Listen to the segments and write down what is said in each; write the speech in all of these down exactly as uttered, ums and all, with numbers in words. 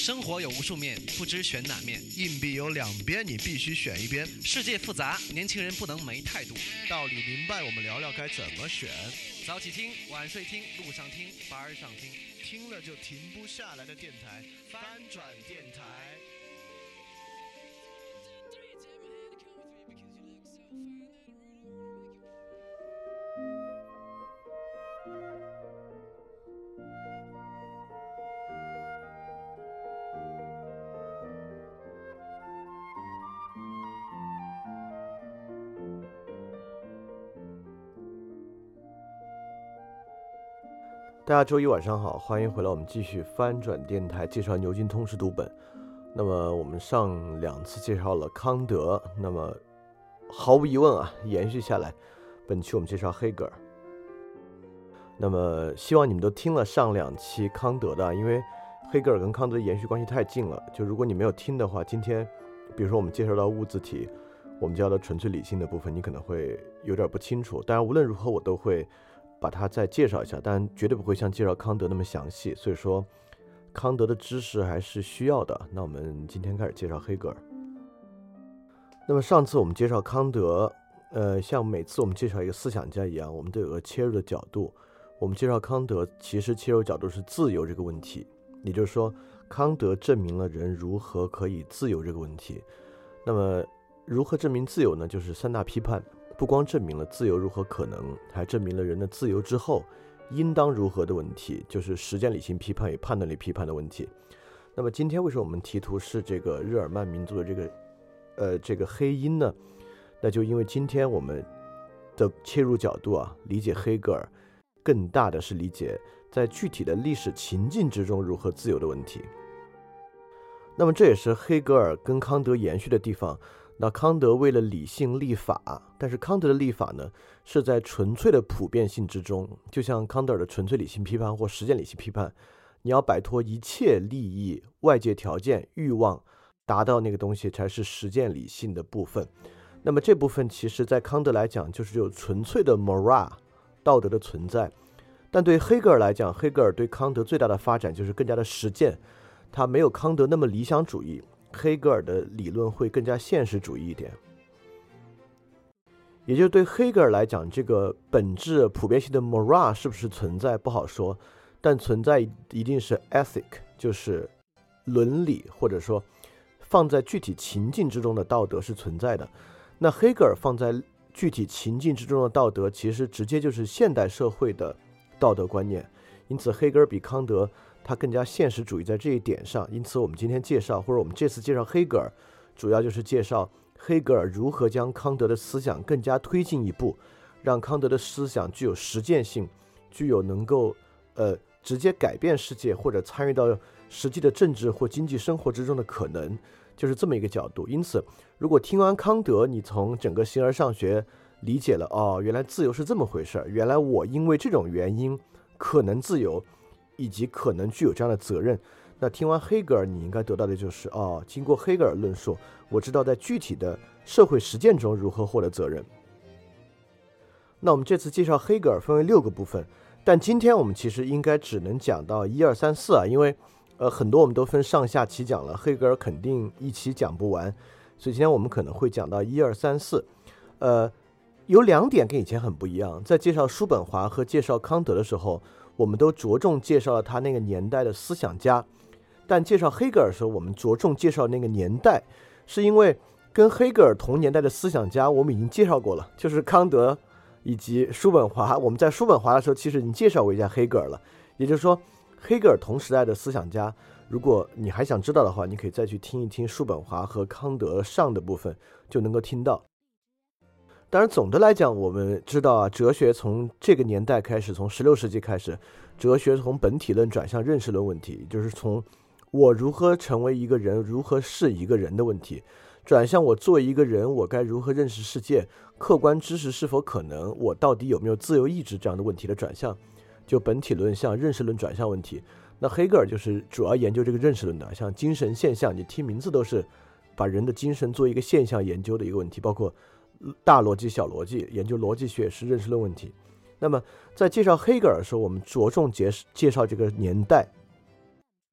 生活有无数面，不知选哪面。 硬币有两边，你必须选一边。 世界复杂，年轻人不能没态度。 道理明白，我们聊聊该怎么选。 早起听，晚睡听，路上听，班上听， 听了就停不下来的电台，翻转电台。大家周一晚上好，欢迎回来，我们继续翻转电台介绍牛津通识读本。那么我们上两次介绍了康德，那么毫无疑问啊，延续下来，本期我们介绍黑格尔。那么希望你们都听了上两期康德的，因为黑格尔跟康德的延续关系太近了，就如果你没有听的话，今天比如说我们介绍到物自体，我们教的纯粹理性的部分，你可能会有点不清楚。当然无论如何我都会把它再介绍一下，但绝对不会像介绍康德那么详细，所以说康德的知识还是需要的。那我们今天开始介绍黑格尔。那么上次我们介绍康德，呃，像每次我们介绍一个思想家一样，我们都有个切入的角度。我们介绍康德，其实切入角度是自由这个问题，也就是说，康德证明了人如何可以自由这个问题。那么如何证明自由呢？就是三大批判。不光证明了自由如何可能，还证明了人的自由之后应当如何的问题，就是实践理性批判与判断力批判的问题。那么今天为什么我们题图是这个日耳曼民族的这个呃这个黑鹰呢？那就因为今天我们的切入角度啊，理解黑格尔更大的是理解在具体的历史情境之中如何自由的问题。那么这也是黑格尔跟康德延续的地方。那康德为了理性立法，但是康德的立法呢，是在纯粹的普遍性之中，就像康德尔的纯粹理性批判或实践理性批判，你要摆脱一切利益、外界条件、欲望，达到那个东西才是实践理性的部分。那么这部分其实在康德来讲，就是有纯粹的 moral 道德的存在。但对黑格尔来讲，黑格尔对康德最大的发展就是更加的实践，他没有康德那么理想主义。黑格尔的理论会更加现实主义一点，也就是对黑格尔来讲，这个本质普遍性的 moral 是不是存在不好说，但存在一定是 ethic， 就是伦理，或者说放在具体情境之中的道德是存在的。那黑格尔放在具体情境之中的道德，其实直接就是现代社会的道德观念，因此黑格尔比康德他更加现实主义在这一点上。因此我们今天介绍，或者我们这次介绍黑格尔，主要就是介绍黑格尔如何将康德的思想更加推进一步，让康德的思想具有实践性，具有能够呃直接改变世界或者参与到实际的政治或经济生活之中的可能，就是这么一个角度。因此如果听完康德，你从整个形而上学理解了，哦，原来自由是这么回事，原来我因为这种原因可能自由，以及可能具有这样的责任。那听完黑格尔，你应该得到的就是哦，经过黑格尔论述，我知道在具体的社会实践中如何获得责任。那我们这次介绍黑格尔分为六个部分，但今天我们其实应该只能讲到一二三四啊，因为呃很多我们都分上下期讲了，黑格尔肯定一期讲不完，所以今天我们可能会讲到一二三四。呃，有两点跟以前很不一样，在介绍叔本华和介绍康德的时候，我们都着重介绍了他那个年代的思想家，但介绍黑格尔的时候，我们着重介绍那个年代，是因为跟黑格尔同年代的思想家我们已经介绍过了，就是康德以及叔本华。我们在叔本华的时候其实已经介绍过一下黑格尔了，也就是说黑格尔同时代的思想家，如果你还想知道的话，你可以再去听一听叔本华和康德上的部分，就能够听到。当然总的来讲，我们知道啊，哲学从这个年代开始，从十六世纪开始，哲学从本体论转向认识论问题，就是从我如何成为一个人，如何是一个人的问题，转向我作为一个人，我该如何认识世界，客观知识是否可能，我到底有没有自由意志这样的问题的转向，就本体论向认识论转向问题。那黑格尔就是主要研究这个认识论的，像精神现象，你听名字都是把人的精神做一个现象研究的一个问题，包括大逻辑、小逻辑，研究逻辑学是认识论问题。那么在介绍黑格尔的时候，我们着重介介绍这个年代，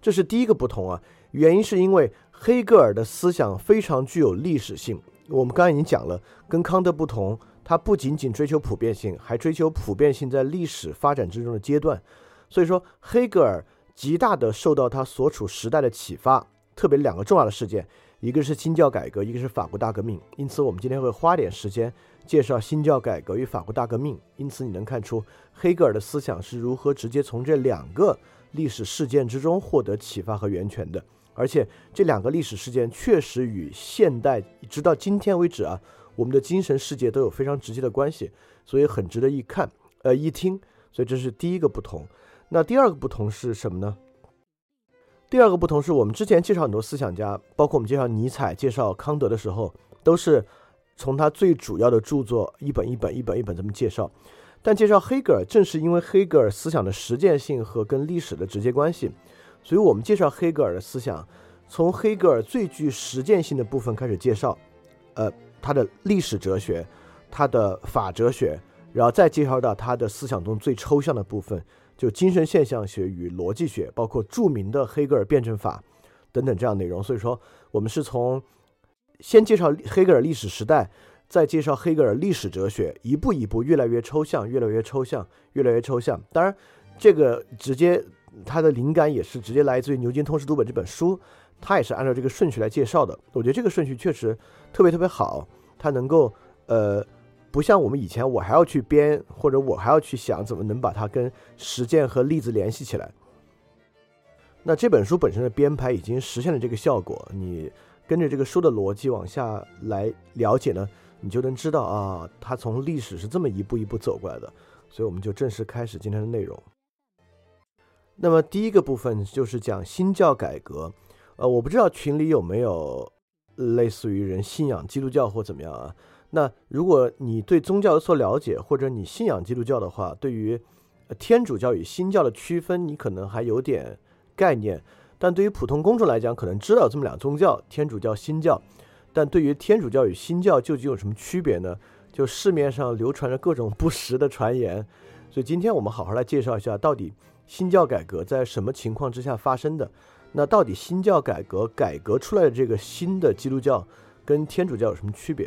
这是第一个不同啊。原因是因为黑格尔的思想非常具有历史性，我们刚才已经讲了，跟康德不同，他不仅仅追求普遍性，还追求普遍性在历史发展之中的阶段。所以说黑格尔极大的受到他所处时代的启发，特别两个重要的事件，一个是新教改革，一个是法国大革命。因此我们今天会花点时间介绍新教改革与法国大革命。因此你能看出黑格尔的思想是如何直接从这两个历史事件之中获得启发和源泉的，而且这两个历史事件确实与现代直到今天为止啊，我们的精神世界都有非常直接的关系，所以很值得一看呃一听。所以这是第一个不同。那第二个不同是什么呢？第二个不同是我们之前介绍很多思想家，包括我们介绍尼采、介绍康德的时候，都是从他最主要的著作一本一本一本一本这么介绍。但介绍黑格尔，正是因为黑格尔思想的实践性和跟历史的直接关系，所以我们介绍黑格尔的思想，从黑格尔最具实践性的部分开始介绍，呃，他的历史哲学，他的法哲学，然后再介绍到他的思想中最抽象的部分，就精神现象学与逻辑学，包括著名的黑格尔辩证法等等这样的内容。所以说我们是从先介绍黑格尔历史时代，再介绍黑格尔历史哲学，一步一步越来越抽象越来越抽象越来越抽象。当然这个直接他的灵感也是直接来自于牛津通识读本这本书，他也是按照这个顺序来介绍的。我觉得这个顺序确实特别特别好，他能够呃不像我们以前我还要去编，或者我还要去想怎么能把它跟实践和例子联系起来。那这本书本身的编排已经实现了这个效果，你跟着这个书的逻辑往下来了解呢，你就能知道啊，它从历史是这么一步一步走过来的。所以我们就正式开始今天的内容。那么第一个部分就是讲新教改革。呃，我不知道群里有没有类似于人信仰基督教或怎么样啊？那如果你对宗教有所了解，或者你信仰基督教的话，对于天主教与新教的区分你可能还有点概念，但对于普通公众来讲可能知道这么两宗教，天主教新教。但对于天主教与新教究竟有什么区别呢？就市面上流传着各种不实的传言。所以今天我们好好来介绍一下到底新教改革在什么情况之下发生的，那到底新教改革改革出来的这个新的基督教跟天主教有什么区别。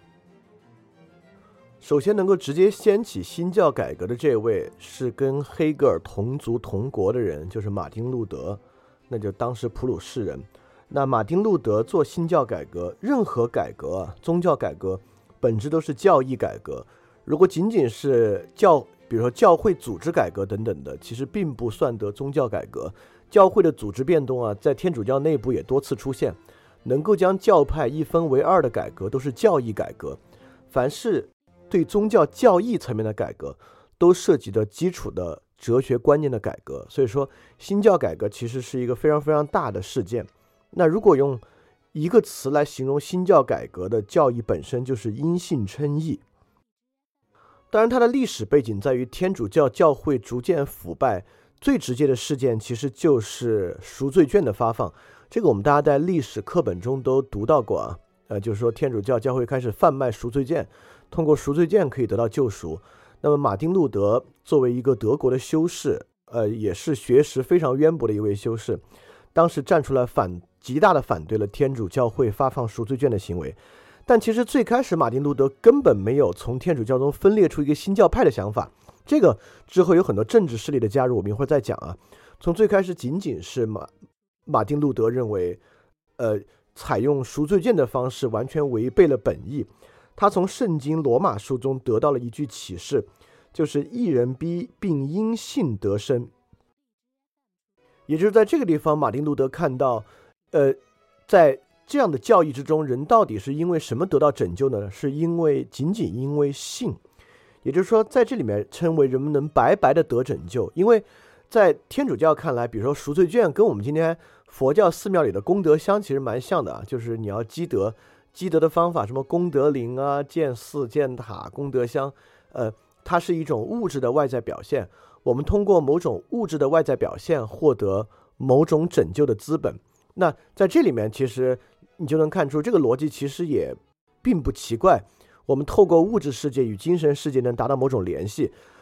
首先能够直接掀起新教改革的这位是跟黑格尔同族同国的人，就是马丁路德，那就当时普鲁士人。那马丁路德做新教改革，任何改革宗教改革本质都是教义改革，如果仅仅是教比如说教会组织改革等等的，其实并不算得宗教改革。教会的组织变动啊，在天主教内部也多次出现，能够将教派一分为二的改革都是教义改革。凡是对宗教教义层面的改革，都涉及到基础的哲学观念的改革。所以说新教改革其实是一个非常非常大的事件。那如果用一个词来形容新教改革的教义本身，就是因信称义。当然它的历史背景在于天主教教会逐渐腐败，最直接的事件其实就是赎罪券的发放。这个我们大家在历史课本中都读到过啊，呃，就是说天主教教会开始贩卖赎罪券，通过赎罪券可以得到救赎。那么马丁路德作为一个德国的修士，呃，也是学识非常渊博的一位修士，当时站出来反极大的反对了天主教会发放赎罪券的行为。但其实最开始马丁路德根本没有从天主教中分裂出一个新教派的想法，这个之后有很多政治势力的加入，我们一会儿再讲啊。从最开始仅仅是马马丁路德认为呃，采用赎罪券的方式完全违背了本意。他从圣经罗马书中得到了一句启示，就是义人必并因信得生。也就是在这个地方马丁路德看到呃，在这样的教义之中，人到底是因为什么得到拯救呢？是因为仅仅因为信。也就是说在这里面称为人们能白白的得拯救。因为在天主教看来，比如说赎罪券跟我们今天佛教寺庙里的功德箱其实蛮像的啊，就是你要积德，积德的方法什么功德林啊、建寺建塔、功德箱，呃，它是一种物质的外在表现，我们通过某种物质的外在表现获得某种拯救的资本。那在这里面其实你就能看出这个逻辑其实也并不奇怪，我们透过物质世界与精神世界能达到某种联系。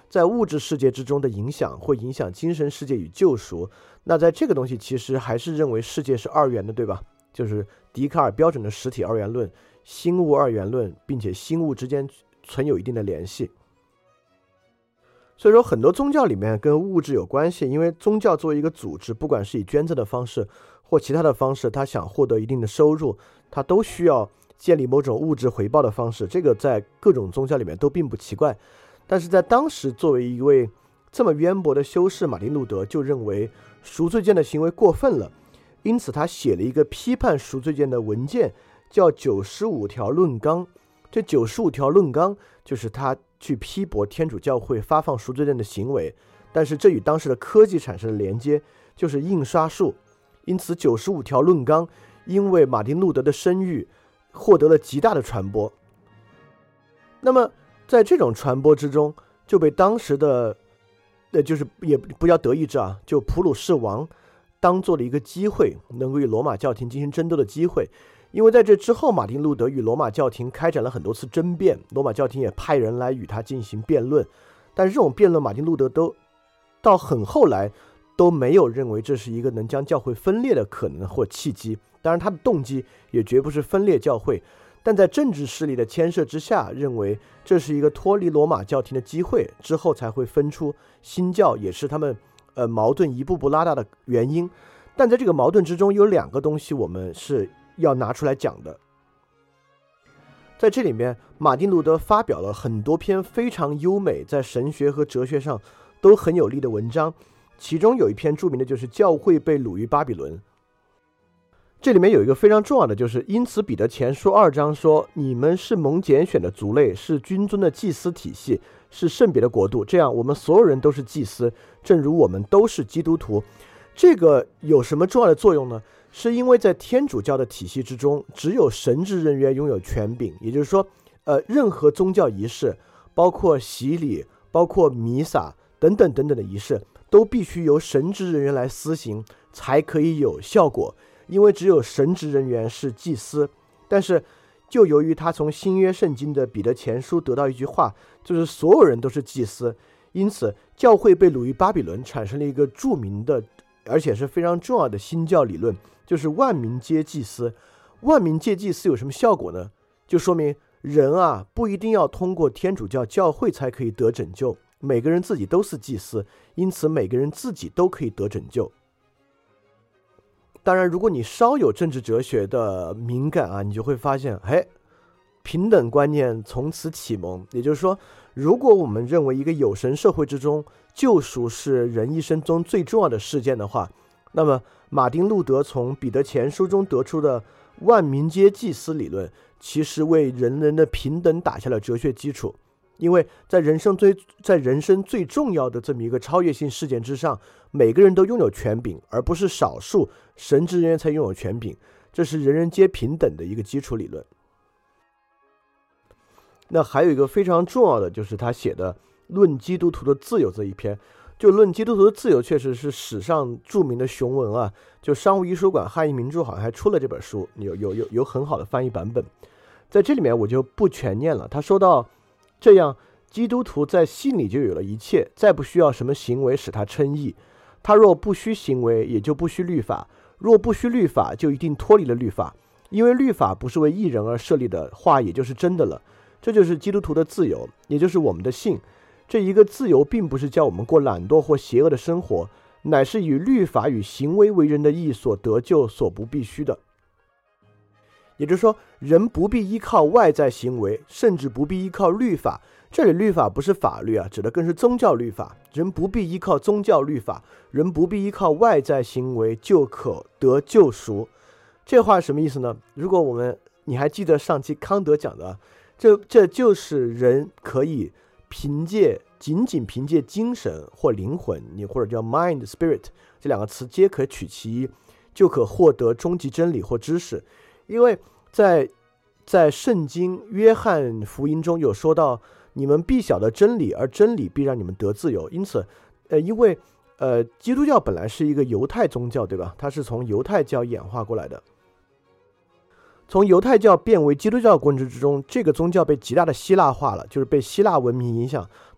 在物质世界之中的影响会影响精神世界与救赎。那在这个东西其实还是认为世界是二元的，对吧？就是笛卡尔标准的实体二元论、心物二元论，并且心物之间存有一定的联系。所以说很多宗教里面跟物质有关系，因为宗教作为一个组织，不管是以捐赠的方式或其他的方式，他想获得一定的收入，他都需要建立某种物质回报的方式，这个在各种宗教里面都并不奇怪。但是在当时，作为一位这么渊博的修士，马丁路德就认为赎罪券的行为过分了，因此他写了一个批判赎罪券的文件，叫九十五条论纲。这九十五条论纲就是他去批驳天主教会发放赎罪券的行为，但是这与当时的科技产生了连接，就是印刷术。因此九十五条论纲因为马丁路德的声誉获得了极大的传播。那么在这种传播之中，就被当时的呃，就是也不叫德意志啊，就普鲁士王当做了一个机会，能够与罗马教廷进行争斗的机会。因为在这之后，马丁路德与罗马教廷开展了很多次争辩，罗马教廷也派人来与他进行辩论，但是这种辩论马丁路德都到很后来都没有认为这是一个能将教会分裂的可能或契机。当然他的动机也绝不是分裂教会，但在政治势力的牵涉之下，认为这是一个脱离罗马教廷的机会，之后才会分出新教，也是他们呃矛盾一步步拉大的原因。但在这个矛盾之中，有两个东西我们是要拿出来讲的。在这里面，马丁路德发表了很多篇非常优美，在神学和哲学上都很有力的文章，其中有一篇著名的就是教会被掳于巴比伦。这里面有一个非常重要的，就是因此彼得前书二章说，你们是蒙拣选的族类，是君尊的祭司体系，是圣别的国度，这样我们所有人都是祭司，正如我们都是基督徒。这个有什么重要的作用呢？是因为在天主教的体系之中，只有神职人员拥有权柄，也就是说呃，任何宗教仪式，包括洗礼，包括弥撒等等等等的仪式，都必须由神职人员来施行才可以有效果，因为只有神职人员是祭司。但是就由于他从新约圣经的彼得前书得到一句话，就是所有人都是祭司，因此教会被掳于巴比伦产生了一个著名的而且是非常重要的新教理论，就是万民皆祭司。万民皆祭司有什么效果呢？就说明人啊不一定要通过天主教教会才可以得拯救，每个人自己都是祭司，因此每个人自己都可以得拯救。当然如果你稍有政治哲学的敏感啊，你就会发现嘿，平等观念从此启蒙。也就是说，如果我们认为一个有神社会之中救赎是人一生中最重要的事件的话，那么马丁路德从彼得前书中得出的万民皆祭司理论，其实为人人的平等打下了哲学基础。因为在人生最在人生最重要的这么一个超越性事件之上，每个人都拥有权柄，而不是少数神职人员才拥有权柄，这是人人皆平等的一个基础理论。那还有一个非常重要的，就是他写的《论基督徒的自由》这一篇。就《论基督徒的自由》确实是史上著名的雄文啊，就商务印书馆汉译名著好像还出了这本书，有有有有很好的翻译版本。在这里面我就不全念了。他说到，这样基督徒在信里就有了一切，再不需要什么行为使他称义。他若不需行为，也就不需律法；若不需律法，就一定脱离了律法，因为律法不是为义人而设立的话，也就是真的了。这就是基督徒的自由，也就是我们的信。这一个自由并不是叫我们过懒惰或邪恶的生活，乃是以律法与行为为人的义所得救所不必须的。也就是说，人不必依靠外在行为，甚至不必依靠律法。这里律法不是法律啊，指的更是宗教律法。人不必依靠宗教律法，人不必依靠外在行为就可得救赎。这话什么意思呢？如果我们你还记得上期康德讲的，这这就是人可以凭借仅仅凭借精神或灵魂，你或者叫 mind spirit 这两个词皆可取其一，就可获得终极真理或知识。因为在在圣经约翰福音中有说到，你们必晓得真理，而真理必让你们得自由。因此呃，因为呃，基督教本来是一个犹太宗教，对吧？它是从犹太教演化过来的。从犹太教变为基督教过程之中，这个宗教被极大的希腊化了，就是被希腊文明影响，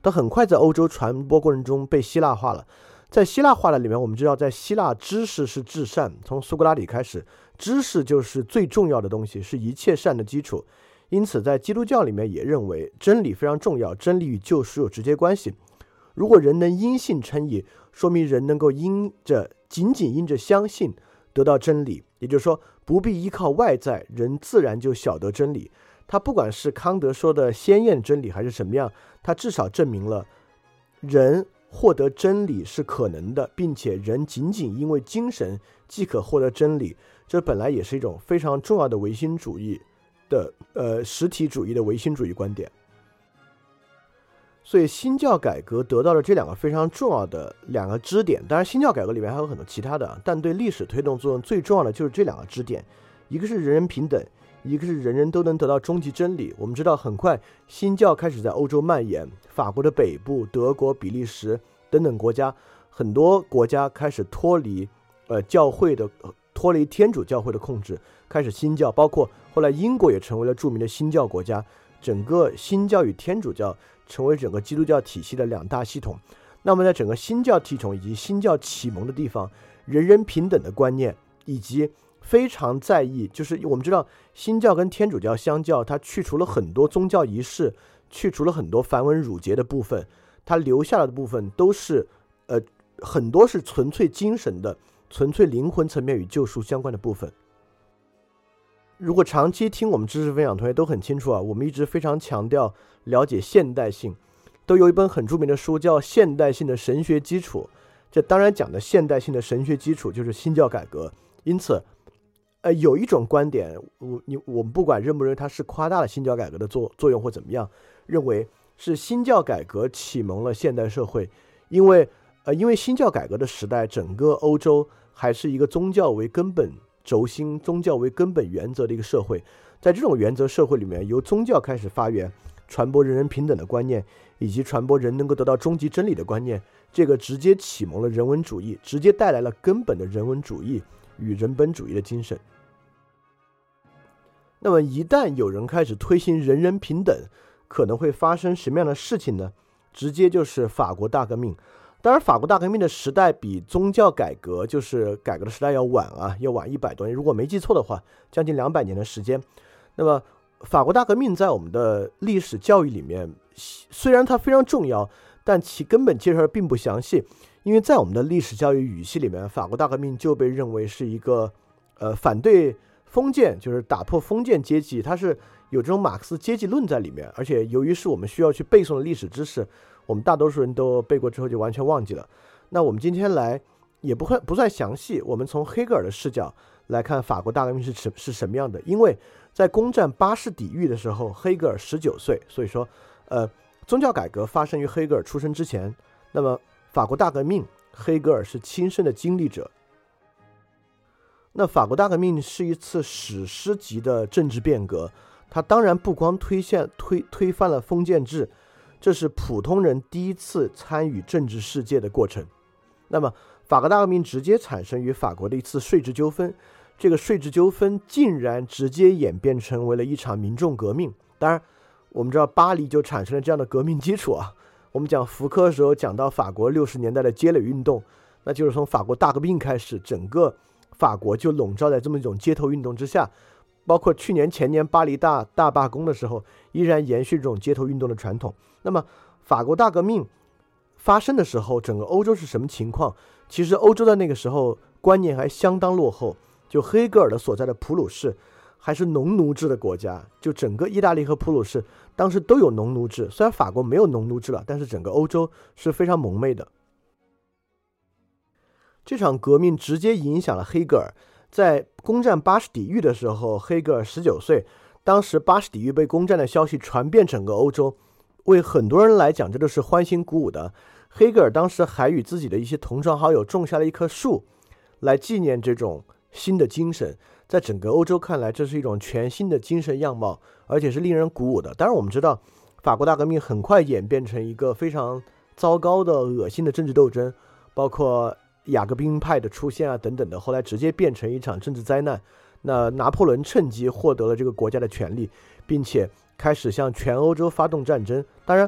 它很快在欧洲传播过程中被希腊化了。在希腊化的里面，我们知道在希腊知识是至善，从苏格拉底开始，知识就是最重要的东西，是一切善的基础。因此在基督教里面也认为真理非常重要，真理与救赎有直接关系。如果人能因信称义，说明人能够因着仅仅因着相信得到真理，也就是说不必依靠外在，人自然就晓得真理。他不管是康德说的鲜艳真理还是什么样，他至少证明了人获得真理是可能的，并且人仅仅因为精神即可获得真理，这本来也是一种非常重要的唯心主义的呃实体主义的唯心主义观点。所以新教改革得到了这两个非常重要的两个支点，当然新教改革里面还有很多其他的，但对历史推动作用最重要的就是这两个支点，一个是人人平等，一个是人人都能得到终极真理。我们知道很快新教开始在欧洲蔓延，法国的北部、德国、比利时等等国家，很多国家开始脱离呃教会的脱离天主教会的控制，开始新教，包括后来英国也成为了著名的新教国家，整个新教与天主教成为整个基督教体系的两大系统。那么在整个新教体统以及新教启蒙的地方，人人平等的观念，以及非常在意，就是我们知道新教跟天主教相较，它去除了很多宗教仪式，去除了很多繁文缛节的部分，它留下的部分都是呃很多是纯粹精神的，纯粹灵魂层面与救赎相关的部分。如果长期听我们知识分享同学都很清楚啊，我们一直非常强调了解现代性，都有一本很著名的书叫《现代性的神学基础》，这当然讲的现代性的神学基础就是新教改革。因此呃，有一种观点，我你我们不管认不认为它是夸大了新教改革的作作用或怎么样，认为是新教改革启蒙了现代社会，因为呃，因为新教改革的时代，整个欧洲还是一个宗教为根本轴心、宗教为根本原则的一个社会，在这种原则社会里面，由宗教开始发源，传播人人平等的观念，以及传播人能够得到终极真理的观念，这个直接启蒙了人文主义，直接带来了根本的人文主义与人本主义的精神。那么一旦有人开始推行人人平等，可能会发生什么样的事情呢？直接就是法国大革命。当然法国大革命的时代比宗教改革，就是改革的时代要晚啊，要晚一百多年，如果没记错的话，将近两百年的时间。那么法国大革命在我们的历史教育里面，虽然它非常重要，但其根本介绍并不详细，因为在我们的历史教育语系里面，法国大革命就被认为是一个呃反对封建，就是打破封建阶级，它是有这种马克思阶级论在里面，而且由于是我们需要去背诵的历史知识，我们大多数人都背过之后就完全忘记了。那我们今天来也不会不算详细，我们从黑格尔的视角来看法国大革命是什是什么样的。因为在攻占巴士底狱的时候，黑格尔十九岁，所以说呃宗教改革发生于黑格尔出生之前，那么法国大革命黑格尔是亲身的经历者。那法国大革命是一次史诗级的政治变革，它当然不光推现推推翻了封建制，这是普通人第一次参与政治世界的过程。那么法国大革命直接产生于法国的一次税制纠纷，这个税制纠纷竟然直接演变成为了一场民众革命。当然我们知道巴黎就产生了这样的革命基础啊。我们讲福柯的时候讲到法国六十年代的街垒运动，那就是从法国大革命开始，整个法国就笼罩在这么一种街头运动之下，包括去年前年巴黎大大罢工的时候，依然延续这种街头运动的传统。那么法国大革命发生的时候，整个欧洲是什么情况？其实欧洲在那个时候观念还相当落后，就黑格尔的所在的普鲁士还是农奴制的国家，就整个意大利和普鲁士当时都有农奴制，虽然法国没有农奴制了，但是整个欧洲是非常蒙昧的。这场革命直接影响了黑格尔，在攻占巴士底狱的时候，黑格尔十九岁，当时巴士底狱被攻占的消息传遍整个欧洲，为很多人来讲这都是欢欣鼓舞的。黑格尔当时还与自己的一些同窗好友种下了一棵树，来纪念这种新的精神。在整个欧洲看来，这是一种全新的精神样貌，而且是令人鼓舞的。当然我们知道法国大革命很快演变成一个非常糟糕的恶心的政治斗争，包括雅各宾派的出现啊等等的，后来直接变成一场政治灾难。那拿破仑趁机获得了这个国家的权利，并且开始向全欧洲发动战争。当然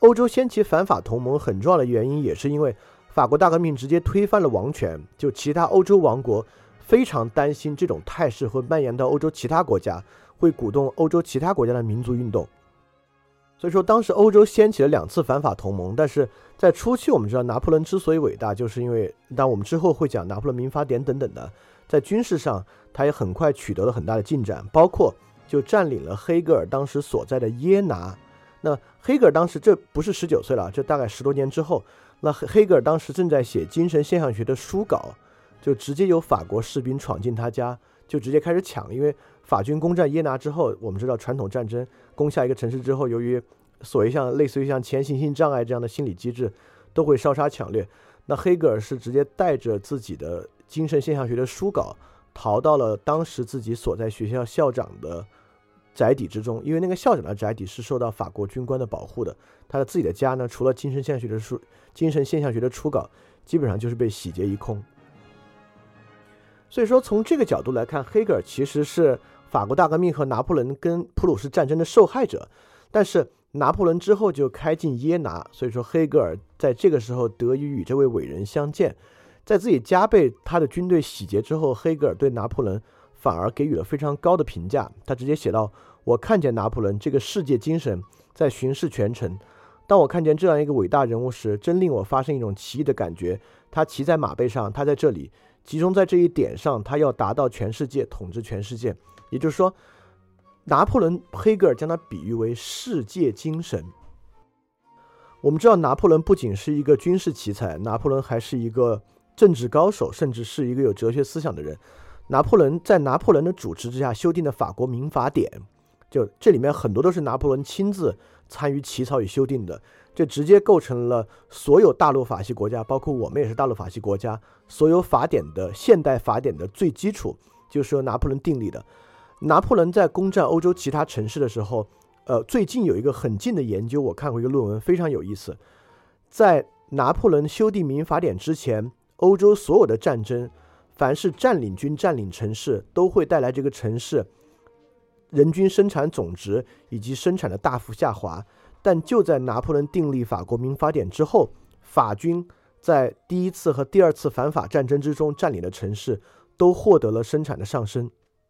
欧洲掀起反法同盟很重要的原因，也是因为法国大革命直接推翻了王权，就其他欧洲王国非常担心这种态势会蔓延到欧洲其他国家，会鼓动欧洲其他国家的民族运动。所以说当时欧洲掀起了两次反法同盟，但是在初期我们知道拿破仑之所以伟大，就是因为当我们之后会讲拿破仑民法典等等的，在军事上他也很快取得了很大的进展，包括就占领了黑格尔当时所在的耶拿。那黑格尔当时这不是十九岁了，这大概十多年之后，那黑格尔当时正在写精神现象学的书稿，就直接有法国士兵闯进他家，就直接开始抢。因为法军攻占耶拿之后，我们知道传统战争攻下一个城市之后，由于所谓像类似于像前行性障碍这样的心理机制，都会烧杀抢掠。那黑格尔是直接带着自己的精神现象学的书稿逃到了当时自己所在学校校长的宅邸之中，因为那个校长的宅邸是受到法国军官的保护的，他的自己的家呢，除了精神现象学的书精神现象学的初稿，基本上就是被洗劫一空。所以说从这个角度来看，黑格尔其实是法国大革命和拿破仑跟普鲁士战争的受害者，但是拿破仑之后就开进耶拿，所以说黑格尔在这个时候得以与这位伟人相见。在自己家被他的军队洗劫之后，黑格尔对拿破仑反而给予了非常高的评价，他直接写道：我看见拿破仑这个世界精神在巡视全城，当我看见这样一个伟大人物时，真令我发生一种奇异的感觉。他骑在马背上，他在这里，集中在这一点上，他要达到全世界，统治全世界。也就是说，拿破仑黑格尔将他比喻为世界精神。我们知道拿破仑不仅是一个军事奇才，拿破仑还是一个政治高手，甚至是一个有哲学思想的人。拿破仑在拿破仑的主持之下修订的法国民法典，就这里面很多都是拿破仑亲自参与起草与修订的，这直接构成了所有大陆法系国家，包括我们也是大陆法系国家，所有法典的现代法典的最基础就是由拿破仑订立的。拿破仑在攻占欧洲其他城市的时候，呃，最近有一个很近的研究，我看过一个论文，非常有意思。在拿破仑修订民法典之前，欧洲所有的战争，凡是占领军占领城市，都会带来这个城市人均生产总值以及生产的大幅下滑。但就在拿破仑订立法国民法典之后，法军在第一次和第二次反法战争之中占领的城市都获得了生产的上升。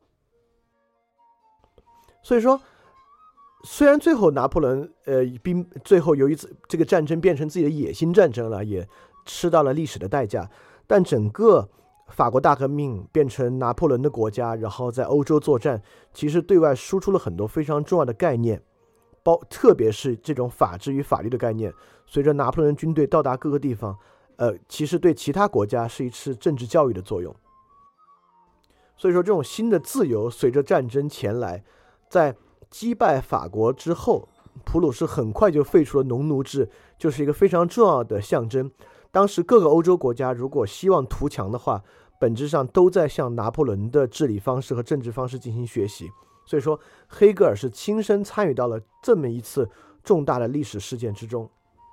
所以说虽然最后拿破仑呃兵最后由于这个战争变成自己的野心战争了，也吃到了历史的代价，但整个法国大革命变成拿破仑的国家，然后在欧洲作战，其实对外输出了很多非常重要的概念，包特别是这种法治与法律的概念。随着拿破仑军队到达各个地方，呃，其实对其他国家是一次政治教育的作用。所以说这种新的自由随着战争前来，在击败法国之后，普鲁士很快就废除了农奴制，就是一个非常重要的象征。当时各个欧洲国家如果希望图强的话，本质上都在向拿破仑的治理方式和政治方式进行学习。所以说黑格尔是亲身参与到了这么一次重大的历史事件之中。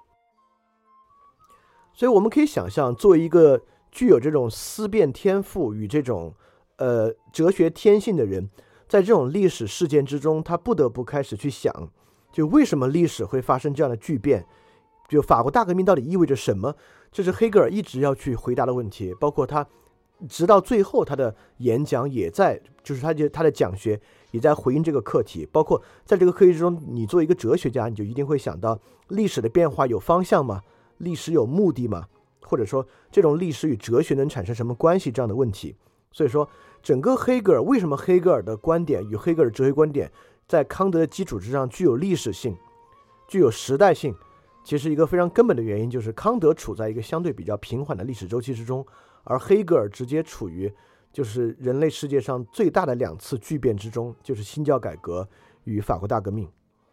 所以我们可以想象，作为一个具有这种思辨天赋与这种呃哲学天性的人，在这种历史事件之中，他不得不开始去想，就为什么历史会发生这样的巨变，就法国大革命到底意味着什么，这是黑格尔一直要去回答的问题。包括他直到最后他的演讲也在，就是他他的讲学也在回应这个课题。包括在这个课题之中，你作为一个哲学家，你就一定会想到历史的变化有方向吗？历史有目的吗？或者说这种历史与哲学能产生什么关系这样的问题。所以说整个黑格尔，为什么黑格尔的观点与黑格尔哲学观点在康德的基础之上具有历史性，具有时代性，其实一个非常根本的原因就是康德处在一个相对比较平缓的历史周期之中，而黑格尔直接处于就是人类世界上最大的两次巨变之中，就是新教改革与法国大革命。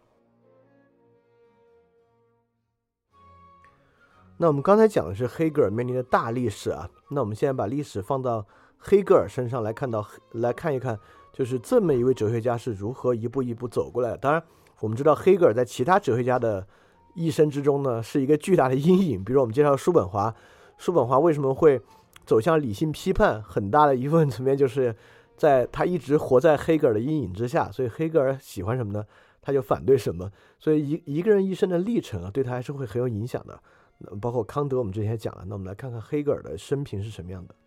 那我们刚才讲的是黑格尔面临的大历史啊，那我们现在把历史放到黑格尔身上来看到来看一看，就是这么一位哲学家是如何一步一步走过来的。当然我们知道黑格尔在其他哲学家的一生之中呢是一个巨大的阴影，比如我们介绍叔本华，叔本华为什么会走向理性批判，很大的一部分层面就是在他一直活在黑格尔的阴影之下。所以黑格尔喜欢什么呢？ 他就反对什么。所以一一个人一生的历程啊，对他还是会很有影响的。包括康德我们之前也讲了，那我们来看看黑格尔的生平是什么样的。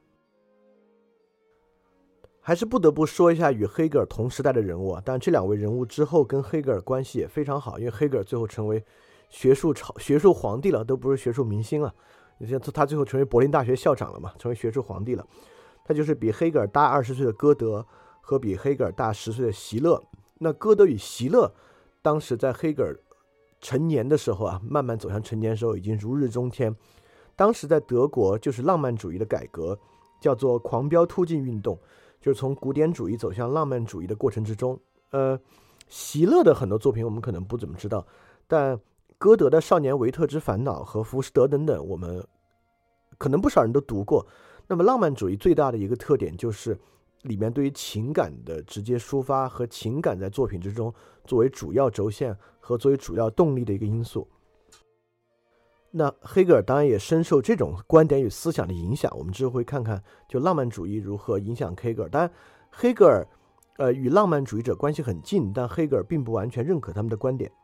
还是不得不说一下与黑格尔同时代的人物啊，但这两位人物之后跟黑格尔关系也非常好，因为黑格尔最后成为学术朝学术皇帝了，都不是学术明星了。你像他最后成为柏林大学校长了嘛，成为学术皇帝了。他就是比黑格尔大二十岁的歌德和比黑格尔大十岁的席勒。那歌德与席勒当时在黑格尔成年的时候啊，慢慢走向成年的时候已经如日中天。当时在德国就是浪漫主义的改革，叫做狂飙突进运动，就是从古典主义走向浪漫主义的过程之中。呃，席勒的很多作品我们可能不怎么知道，但歌德的《少年维特之烦恼》和《浮士德》等等，我们可能不少人都读过。那么浪漫主义最大的一个特点就是里面对于情感的直接抒发和情感在作品之中作为主要轴线和作为主要动力的一个因素。那黑格尔当然也深受这种观点与思想的影响，我们之后会看看就浪漫主义如何影响黑格尔。当然黑格尔呃与浪漫主义者关系很近，但黑格尔并不完全认可他们的观点。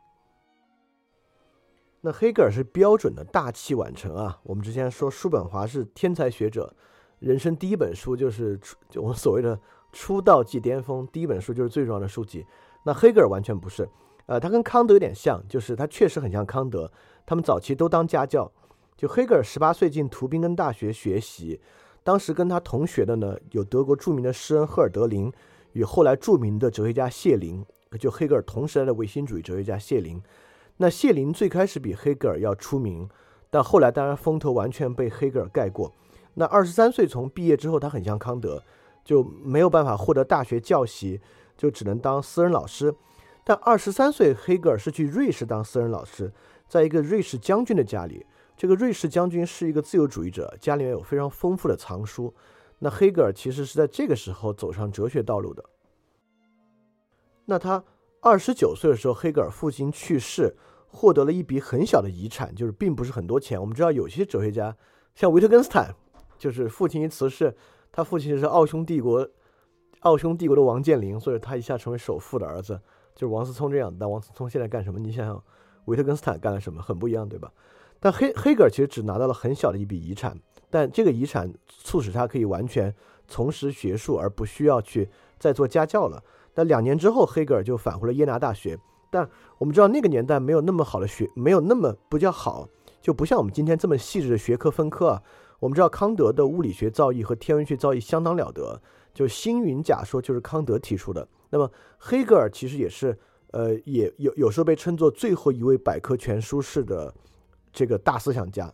那黑格尔是标准的大器晚成啊，我们之前说叔本华是天才学者，人生第一本书就是就我们所谓的出道即巅峰，第一本书就是最重要的书籍。那黑格尔完全不是，呃，他跟康德有点像，就是他确实很像康德，他们早期都当家教。就黑格尔十八岁进图宾根大学学习，当时跟他同学的呢有德国著名的诗人赫尔德林与后来著名的哲学家谢林，就黑格尔同时代的唯心主义哲学家谢林。那谢林最开始比黑格尔要出名，但后来当然风头完全被黑格尔盖过。那二十三岁从毕业之后，他很像康德，就没有办法获得大学教席，就只能当私人老师。但二十三岁黑格尔是去瑞士当私人老师，在一个瑞士将军的家里，这个瑞士将军是一个自由主义者，家里面有非常丰富的藏书。那黑格尔其实是在这个时候走上哲学道路的。那他二十九岁的时候，黑格尔父亲去世，获得了一笔很小的遗产，就是并不是很多钱。我们知道有些哲学家像维特根斯坦，就是父亲一辞世，他父亲是奥匈帝国奥匈帝国的王健林，所以他一下成为首富的儿子，就是王思聪这样。但王思聪现在干什么？你想想维特根斯坦干了什么，很不一样，对吧？但黑黑格尔其实只拿到了很小的一笔遗产，但这个遗产促使他可以完全从事学术，而不需要去再做家教了。但两年之后，黑格尔就返回了耶拿大学。但我们知道那个年代没有那么好的学，没有那么不叫好，就不像我们今天这么细致的学科分科啊。我们知道康德的物理学造诣和天文学造诣相当了得，就星云假说就是康德提出的。那么黑格尔其实也是，呃，也有有时候被称作最后一位百科全书式的这个大思想家。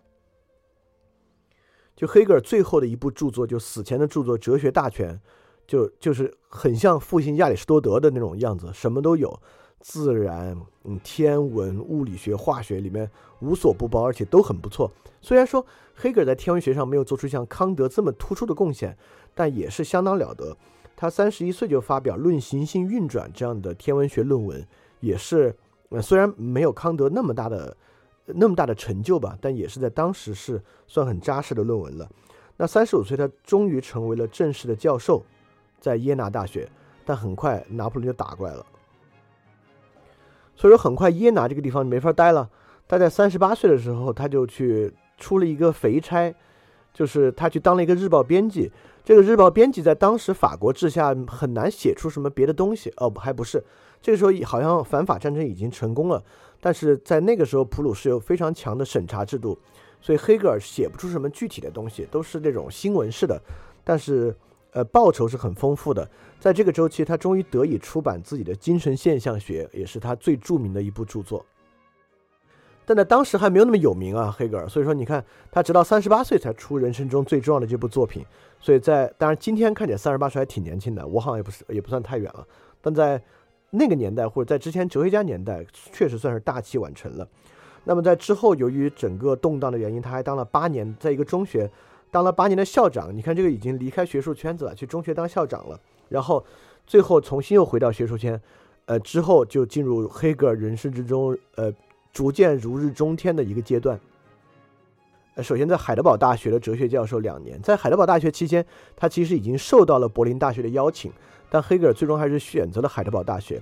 就黑格尔最后的一部著作，就死前的著作《哲学大全》。就就是很像父亲亚里士多德的那种样子，什么都有，自然、嗯、天文、物理学、化学里面无所不包，而且都很不错。虽然说黑格尔在天文学上没有做出像康德这么突出的贡献，但也是相当了得。他三十一岁就发表《论行星运转》这样的天文学论文，也是、呃、虽然没有康德那么大的那么大的成就吧，但也是在当时是算很扎实的论文了。那三十五岁他终于成为了正式的教授，在耶拿大学，但很快拿破仑就打过来了，所以说很快耶拿这个地方没法待了。他在三十八岁的时候，他就去出了一个肥差，就是他去当了一个日报编辑。这个日报编辑在当时法国治下很难写出什么别的东西，哦，还不是，这个时候好像反法战争已经成功了，但是在那个时候普鲁士有非常强的审查制度，所以黑格尔写不出什么具体的东西，都是那种新闻式的，但是呃，报酬是很丰富的。在这个周期，他终于得以出版自己的精神现象学，也是他最著名的一部著作。但在当时还没有那么有名啊，黑格尔。所以说，你看他直到三十八岁才出人生中最重要的这部作品。所以在当然今天看起来三十八岁还挺年轻的，我好像也不是也不算太远了。但在那个年代或者在之前哲学家年代，确实算是大器晚成了。那么在之后，由于整个动荡的原因，他还当了八年，在一个中学。当了八年的校长，你看这个已经离开学术圈子了，去中学当校长了，然后最后重新又回到学术圈，呃，之后就进入黑格尔人生之中，呃，逐渐如日中天的一个阶段。呃，首先在海德堡大学的哲学教授两年，在海德堡大学期间，他其实已经受到了柏林大学的邀请，但黑格尔最终还是选择了海德堡大学。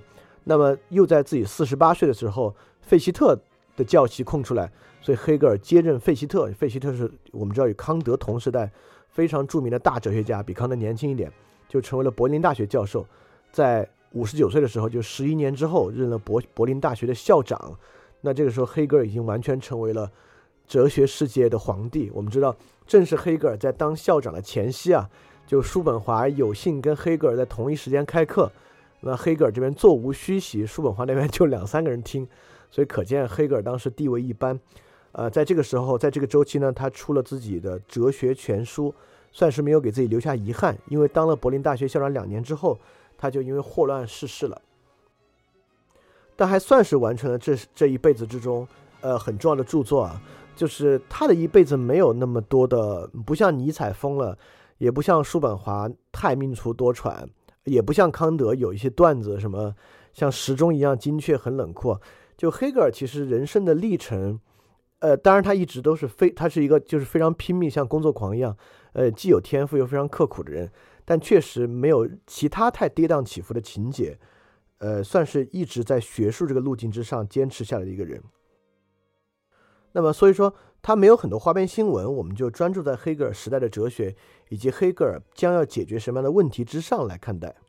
那么又在自己四十八岁的时候，费希特的教旗空出来，所以黑格尔接任费希特。费希特是我们知道与康德同时代非常著名的大哲学家，比康德年轻一点，就成为了柏林大学教授。在五十九岁的时候，就十一年之后任了柏柏林大学的校长。那这个时候黑格尔已经完全成为了哲学世界的皇帝。我们知道，正是黑格尔在当校长的前夕啊，就叔本华有幸跟黑格尔在同一时间开课，那黑格尔这边座无虚席，叔本华那边就两三个人听，所以可见黑格尔当时地位一般。呃，在这个时候，在这个周期呢，他出了自己的哲学全书，算是没有给自己留下遗憾。因为当了柏林大学校长两年之后，他就因为霍乱逝世了，但还算是完成了这这一辈子之中呃很重要的著作啊。就是他的一辈子没有那么多的，不像尼采疯了，也不像叔本华太命途多舛，也不像康德有一些段子什么像时钟一样精确很冷酷。就黑格尔其实人生的历程，呃，当然他一直都是非，他是一个就是非常拼命像工作狂一样，呃，既有天赋又非常刻苦的人，但确实没有其他太跌宕起伏的情节，呃，算是一直在学术这个路径之上坚持下来的一个人。那么所以说他没有很多花边新闻，我们就专注在黑格尔时代的哲学以及黑格尔将要解决什么样的问题之上来看待。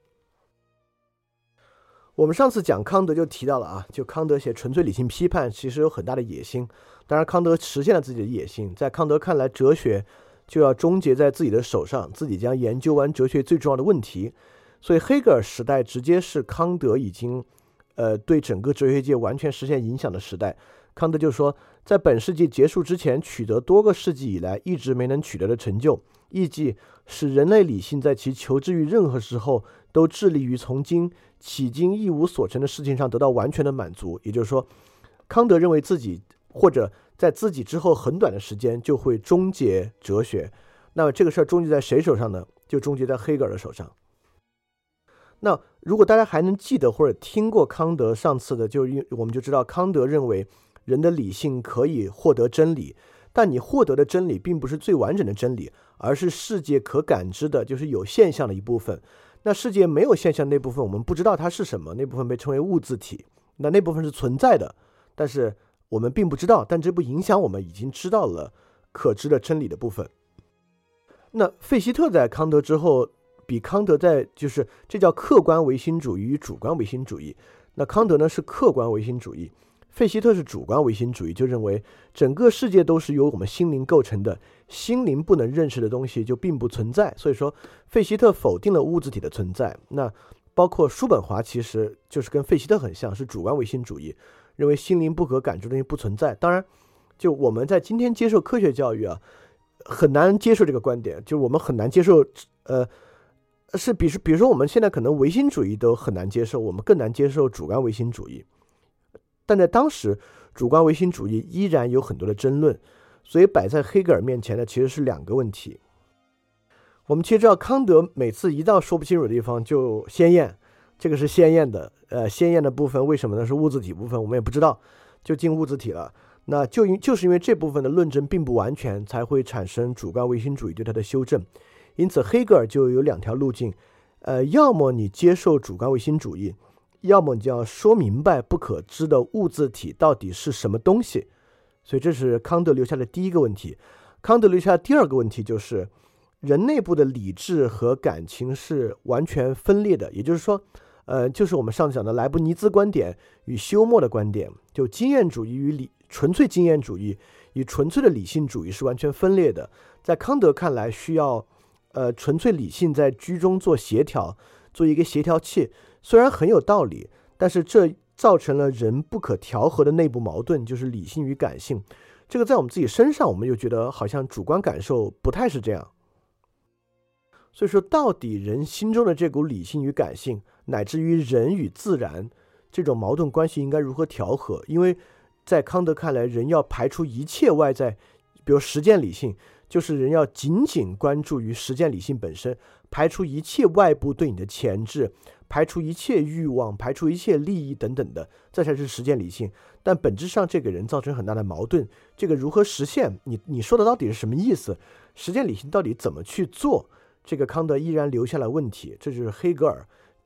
我们上次讲康德就提到了啊，就康德写纯粹理性批判其实有很大的野心，当然康德实现了自己的野心，在康德看来哲学就要终结在自己的手上，自己将研究完哲学最重要的问题。所以黑格尔时代直接是康德已经呃对整个哲学界完全实现影响的时代。康德就说，在本世纪结束之前取得多个世纪以来一直没能取得的成就，意即使人类理性在其求知于任何时候都致力于从今迄今一无所成的事情上得到完全的满足。也就是说，康德认为自己或者在自己之后很短的时间就会终结哲学。那么这个事儿终结在谁手上呢？就终结在黑格尔的手上。那如果大家还能记得或者听过康德上次的，就我们就知道康德认为人的理性可以获得真理，但你获得的真理并不是最完整的真理，而是世界可感知的，就是有现象的一部分。那世界没有现象那部分我们不知道它是什么，那部分被称为物自体，那那部分是存在的，但是我们并不知道，但这不影响我们已经知道了可知的真理的部分。那费希特在康德之后比康德在就是这叫客观唯心主义与主观唯心主义，那康德呢是客观唯心主义，费希特是主观唯心主义，就认为整个世界都是由我们心灵构成的，心灵不能认识的东西就并不存在。所以说费希特否定了物质体的存在。那包括叔本华其实就是跟费希特很像，是主观唯心主义，认为心灵不可感知的东西不存在。当然就我们在今天接受科学教育啊，很难接受这个观点，就是我们很难接受呃是比比如说我们现在可能唯心主义都很难接受，我们更难接受主观唯心主义。但在当时主观唯心主义依然有很多的争论，所以摆在黑格尔面前的其实是两个问题。我们其实知道康德每次一到说不清楚的地方就先验，这个是先验的，呃，先验的部分为什么呢？是物质体部分我们也不知道，就进物质体了。那就因就是因为这部分的论证并不完全，才会产生主观唯心主义对它的修正。因此黑格尔就有两条路径，呃，要么你接受主观唯心主义，要么你就要说明白不可知的物质体到底是什么东西。所以这是康德留下的第一个问题。康德留下的第二个问题就是人内部的理智和感情是完全分裂的，也就是说呃，就是我们上次讲的莱布尼兹观点与休谟的观点，就经验主义与理纯粹经验主义与纯粹的理性主义是完全分裂的。在康德看来需要呃纯粹理性在居中做协调，做一个协调器，虽然很有道理，但是这造成了人不可调和的内部矛盾，就是理性与感性。这个在我们自己身上我们又觉得好像主观感受不太是这样。所以说到底人心中的这股理性与感性，乃至于人与自然这种矛盾关系应该如何调和？因为在康德看来，人要排除一切外在，比如实践理性，就是人要仅仅关注于实践理性本身，排除一切外部对你的钳制，排除一切欲望，排除一切利益等等的，这才是实践理性。但本质上这给人造成很大的矛盾，这个如何实现？你你说的到底是什么意思？实践理性到底怎么去做？这个康德依然留下了问题，这就是黑格尔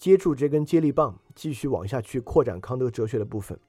接住这根接力棒，继续往下去扩展康德哲学的部分。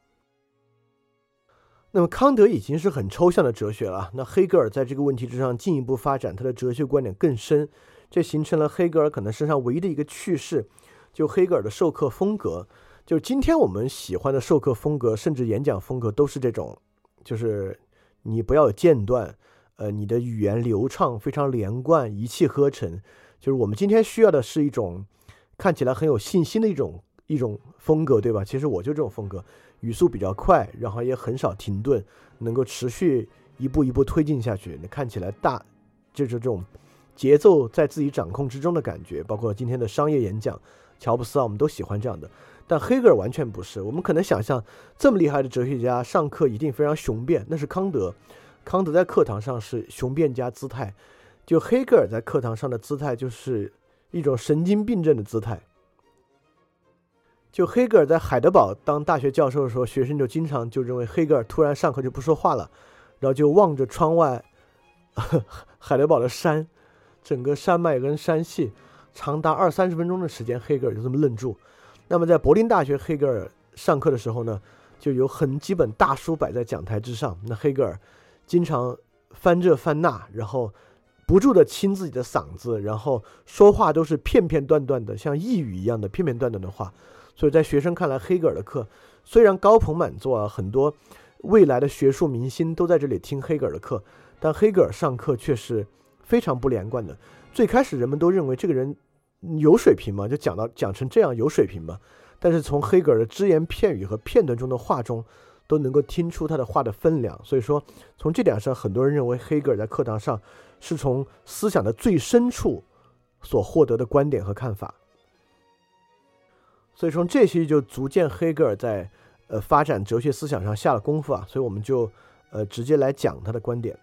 那么康德已经是很抽象的哲学了，那黑格尔在这个问题之上进一步发展他的哲学观点更深，这形成了黑格尔可能身上唯一的一个趣事，就黑格尔的授课风格。就是今天我们喜欢的授课风格甚至演讲风格都是这种，就是你不要有间断，呃，你的语言流畅，非常连贯，一气呵成。就是我们今天需要的是一种看起来很有信心的一种一种风格，对吧？其实我就这种风格，语速比较快，然后也很少停顿，能够持续一步一步推进下去，看起来大就是这种节奏在自己掌控之中的感觉。包括今天的商业演讲，乔布斯啊，我们都喜欢这样的。但黑格尔完全不是。我们可能想象这么厉害的哲学家上课一定非常雄辩，那是康德。康德在课堂上是雄辩加姿态，就黑格尔在课堂上的姿态就是一种神经病症的姿态。就黑格尔在海德堡当大学教授的时候，学生就经常就认为黑格尔突然上课就不说话了，然后就望着窗外海德堡的山，整个山脉跟山系长达二三十分钟的时间，黑格尔就这么愣住。那么在柏林大学，黑格尔上课的时候呢，就有很几本大书摆在讲台之上，那黑格尔经常翻这翻那，然后不住的清自己的嗓子，然后说话都是片片段段的，像呓语一样的片片段段的话。所以在学生看来，黑格尔的课虽然高朋满座啊，很多未来的学术明星都在这里听黑格尔的课，但黑格尔上课却是非常不连贯的。最开始人们都认为这个人有水平嘛，就讲到讲成这样有水平嘛，但是从黑格尔的只言片语和片段中的话中都能够听出他的话的分量。所以说从这点上，很多人认为黑格尔在课堂上是从思想的最深处所获得的观点和看法。所以从这些就足见黑格尔在呃发展哲学思想上下了功夫啊。所以我们就呃直接来讲他的观点。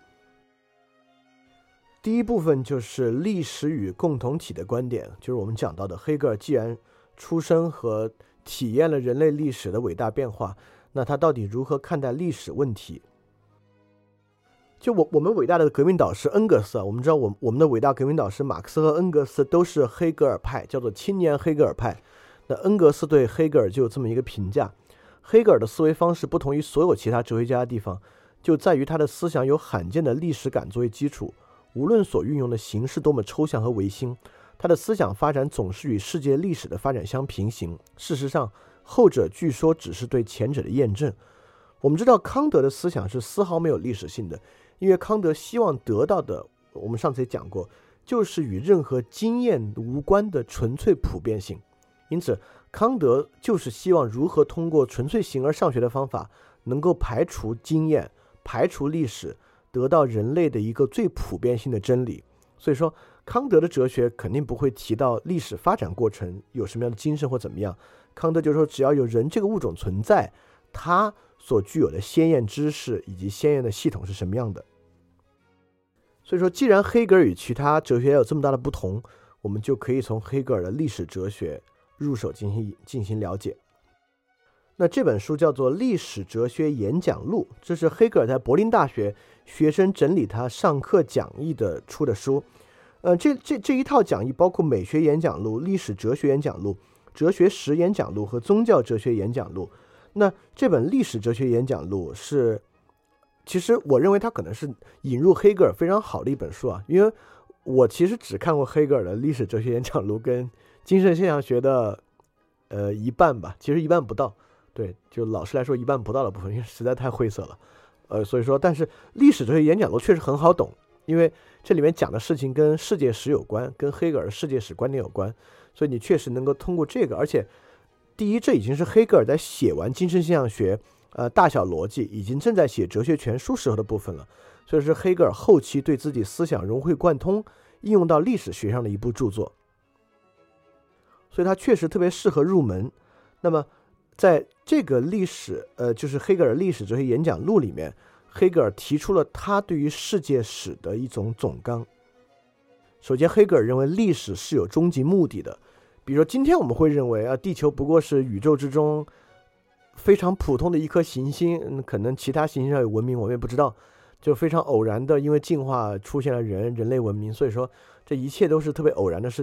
第一部分就是历史与共同体的观点，就是我们讲到的黑格尔既然出生和体验了人类历史的伟大变化，那他到底如何看待历史问题？就我我们伟大的革命导师恩格斯啊，我们知道我我们的伟大革命导师马克思和恩格斯都是黑格尔派，叫做青年黑格尔派。那恩格斯对黑格尔就有这么一个评价：黑格尔的思维方式不同于所有其他哲学家的地方，就在于他的思想有罕见的历史感作为基础。无论所运用的形式多么抽象和唯心，他的思想发展总是与世界历史的发展相平行。事实上，后者据说只是对前者的验证。我们知道康德的思想是丝毫没有历史性的，因为康德希望得到的，我们上次也讲过，就是与任何经验无关的纯粹普遍性。因此，康德就是希望如何通过纯粹形而上学的方法，能够排除经验，排除历史，得到人类的一个最普遍性的真理。所以说康德的哲学肯定不会提到历史发展过程有什么样的精神或怎么样，康德就说只要有人这个物种存在，他所具有的先验知识以及先验的系统是什么样的。所以说既然黑格尔与其他哲学有这么大的不同，我们就可以从黑格尔的历史哲学入手进行进行了解。那这本书叫做《历史哲学演讲录》，这是黑格尔在柏林大学学生整理他上课讲义的出的书。呃，这这这一套讲义包括美学演讲录、历史哲学演讲录、哲学史演讲录和宗教哲学演讲录。那这本历史哲学演讲录是，其实我认为它可能是引入黑格尔非常好的一本书啊，因为我其实只看过黑格尔的历史哲学演讲录跟精神现象学的呃一半吧，其实一半不到。对，就老实来说一半不到的部分，因为实在太晦涩了。呃，所以说，但是历史哲学演讲录确实很好懂，因为这里面讲的事情跟世界史有关，跟黑格尔的世界史观点有关，所以你确实能够通过这个。而且，第一，这已经是黑格尔在写完精神现象学、呃大小逻辑，已经正在写哲学全书时候的部分了，所以是黑格尔后期对自己思想融会贯通、应用到历史学上的一部著作，所以它确实特别适合入门。那么，在这个历史，呃，就是黑格尔历史哲学演讲录里面，黑格尔提出了他对于世界史的一种总纲。首先，黑格尔认为历史是有终极目的的，比如说今天我们会认为啊，地球不过是宇宙之中非常普通的一颗行星，嗯、可能其他行星上有文明，我们也不知道，就非常偶然的，因为进化出现了人人类文明，所以说这一切都是特别偶然的事情。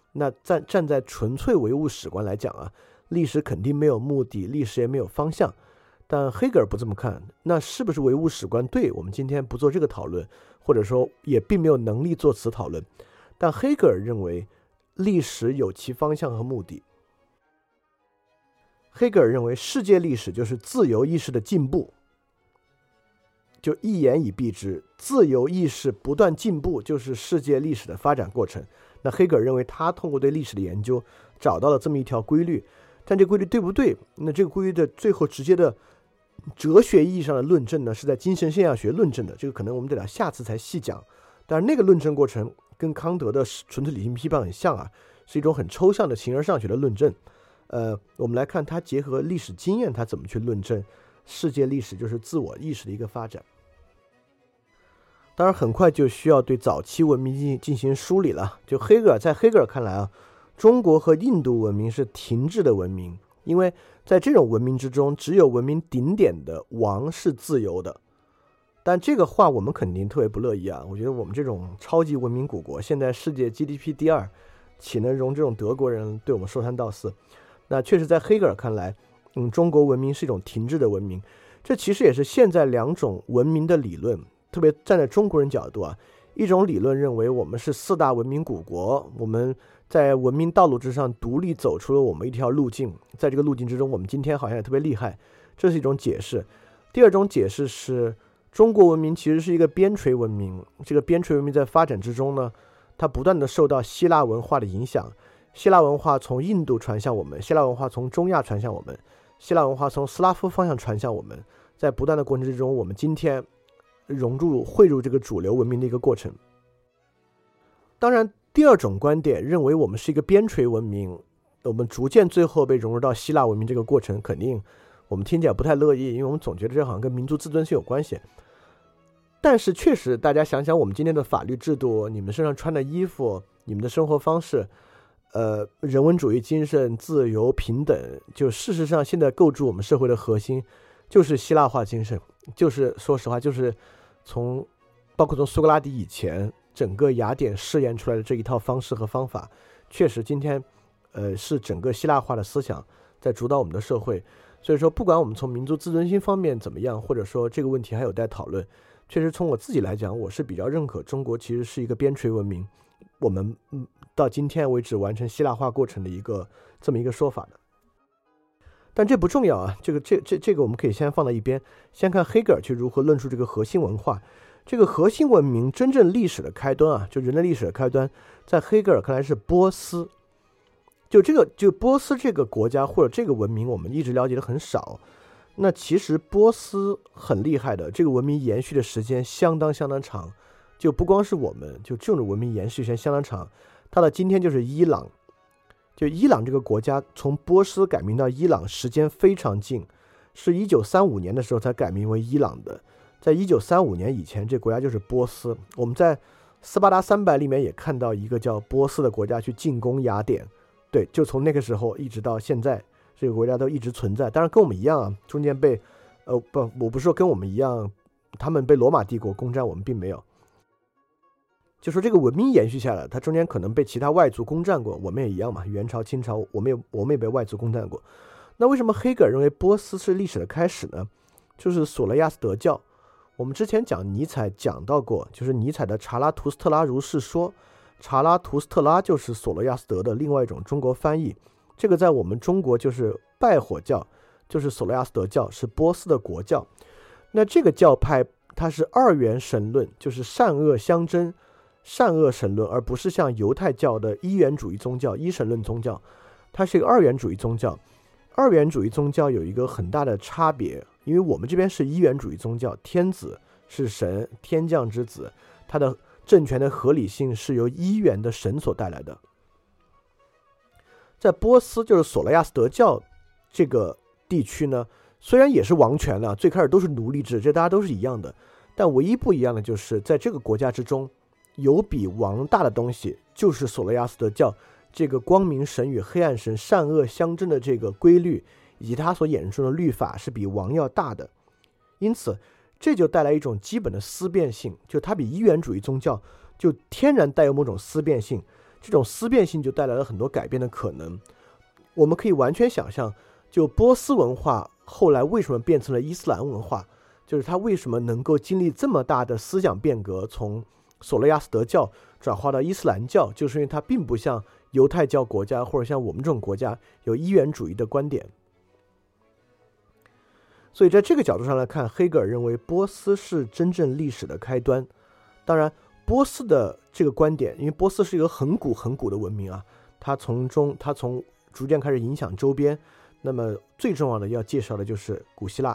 那站站在纯粹唯物史观来讲啊，历史肯定没有目的，历史也没有方向。但黑格尔不这么看，那是不是唯物史观对？我们今天不做这个讨论，或者说也并没有能力做此讨论。但黑格尔认为历史有其方向和目的。黑格尔认为世界历史就是自由意识的进步，就一言以蔽之，自由意识不断进步就是世界历史的发展过程。那黑格尔认为他通过对历史的研究找到了这么一条规律，但这规律对不对？那这个规律的最后直接的哲学意义上的论证呢，是在精神现象学论证的，这个可能我们得下次才细讲。但是那个论证过程跟康德的纯粹理性批判很像啊，是一种很抽象的形而上学的论证。呃，我们来看他结合历史经验，他怎么去论证世界历史就是自我意识的一个发展。当然很快就需要对早期文明进行梳理了。就黑格尔在黑格尔看来啊，中国和印度文明是停滞的文明，因为在这种文明之中，只有文明顶点的王是自由的。但这个话我们肯定特别不乐意啊！我觉得我们这种超级文明古国，现在世界 G D P 第二，岂能容这种德国人对我们说三道四？那确实在黑格尔看来，嗯，中国文明是一种停滞的文明。这其实也是现在两种文明的理论，特别站在中国人角度啊，一种理论认为我们是四大文明古国，我们在文明道路之上独立走出了我们一条路径，在这个路径之中，我们今天好像也特别厉害，这是一种解释。第二种解释是，中国文明其实是一个边陲文明，这个边陲文明在发展之中呢，它不断的受到希腊文化的影响，希腊文化从印度传向我们，希腊文化从中亚传向我们，希腊文化从斯拉夫方向传向我们，在不断的过程之中，我们今天融入汇入这个主流文明的一个过程。当然第二种观点认为我们是一个边陲文明，我们逐渐最后被融入到希腊文明这个过程，肯定我们听起来不太乐意，因为我们总觉得这好像跟民族自尊心有关系。但是确实大家想想我们今天的法律制度，你们身上穿的衣服，你们的生活方式，呃，人文主义精神，自由平等，就事实上现在构筑我们社会的核心就是希腊化精神，就是说实话就是从包括从苏格拉底以前整个雅典试验出来的这一套方式和方法，确实今天呃是整个希腊化的思想在主导我们的社会。所以说不管我们从民族自尊心方面怎么样，或者说这个问题还有待讨论，确实从我自己来讲，我是比较认可中国其实是一个边陲文明，我们到今天为止完成希腊化过程的一个这么一个说法的。但这不重要啊，这个这这这个我们可以先放到一边，先看黑格尔去如何论述这个核心文化。这个核心文明真正历史的开端啊，就人类历史的开端，在黑格尔看来是波斯。就这个就波斯这个国家或者这个文明，我们一直了解的很少。那其实波斯很厉害的，这个文明延续的时间相当相当长，就不光是我们，就这种文明延续时间相当长。它到今天就是伊朗，就伊朗这个国家从波斯改名到伊朗时间非常近，是一九三五年的时候才改名为伊朗的。在一九三五年以前，这国家就是波斯。我们在斯巴达三百里面也看到一个叫波斯的国家去进攻雅典，对，就从那个时候一直到现在，这个国家都一直存在。当然跟我们一样啊，中间被呃不，我不是说跟我们一样，他们被罗马帝国攻占，我们并没有。就说这个文明延续下来，它中间可能被其他外族攻占过，我们也一样嘛。元朝、清朝，我们也我们也被外族攻占过。那为什么黑格尔认为波斯是历史的开始呢？就是索罗亚斯德教。我们之前讲尼采讲到过，就是尼采的查拉图斯特拉如是说，查拉图斯特拉就是索罗亚斯德的另外一种中国翻译。这个在我们中国就是拜火教，就是索罗亚斯德教，是波斯的国教。那这个教派它是二元神论，就是善恶相争，善恶神论，而不是像犹太教的一元主义宗教、一神论宗教，它是一个二元主义宗教。二元主义宗教有一个很大的差别，因为我们这边是一元主义宗教，天子是神，天降之子，它的政权的合理性是由一元的神所带来的。在波斯就是索罗亚斯德教这个地区呢，虽然也是王权了，最开始都是奴隶制，这大家都是一样的，但唯一不一样的就是在这个国家之中，有比王大的东西，就是索罗亚斯德教这个光明神与黑暗神善恶相争的这个规律，以及它所衍生出的律法是比王要大的。因此这就带来一种基本的思辨性，就它比一元主义宗教就天然带有某种思辨性， 这种思辨性就带来了很多改变的可能。我们可以完全想象，就波斯文化后来为什么变成了伊斯兰文化，就是它为什么能够经历这么大的思想变革，从索罗亚斯德教转化到伊斯兰教，就是因为它并不像犹太教国家或者像我们这种国家有一元主义的观点。所以在这个角度上来看，黑格尔认为波斯是真正历史的开端。当然波斯的这个观点，因为波斯是一个很古很古的文明啊，它从中它从逐渐开始影响周边，那么最重要的要介绍的就是古希腊。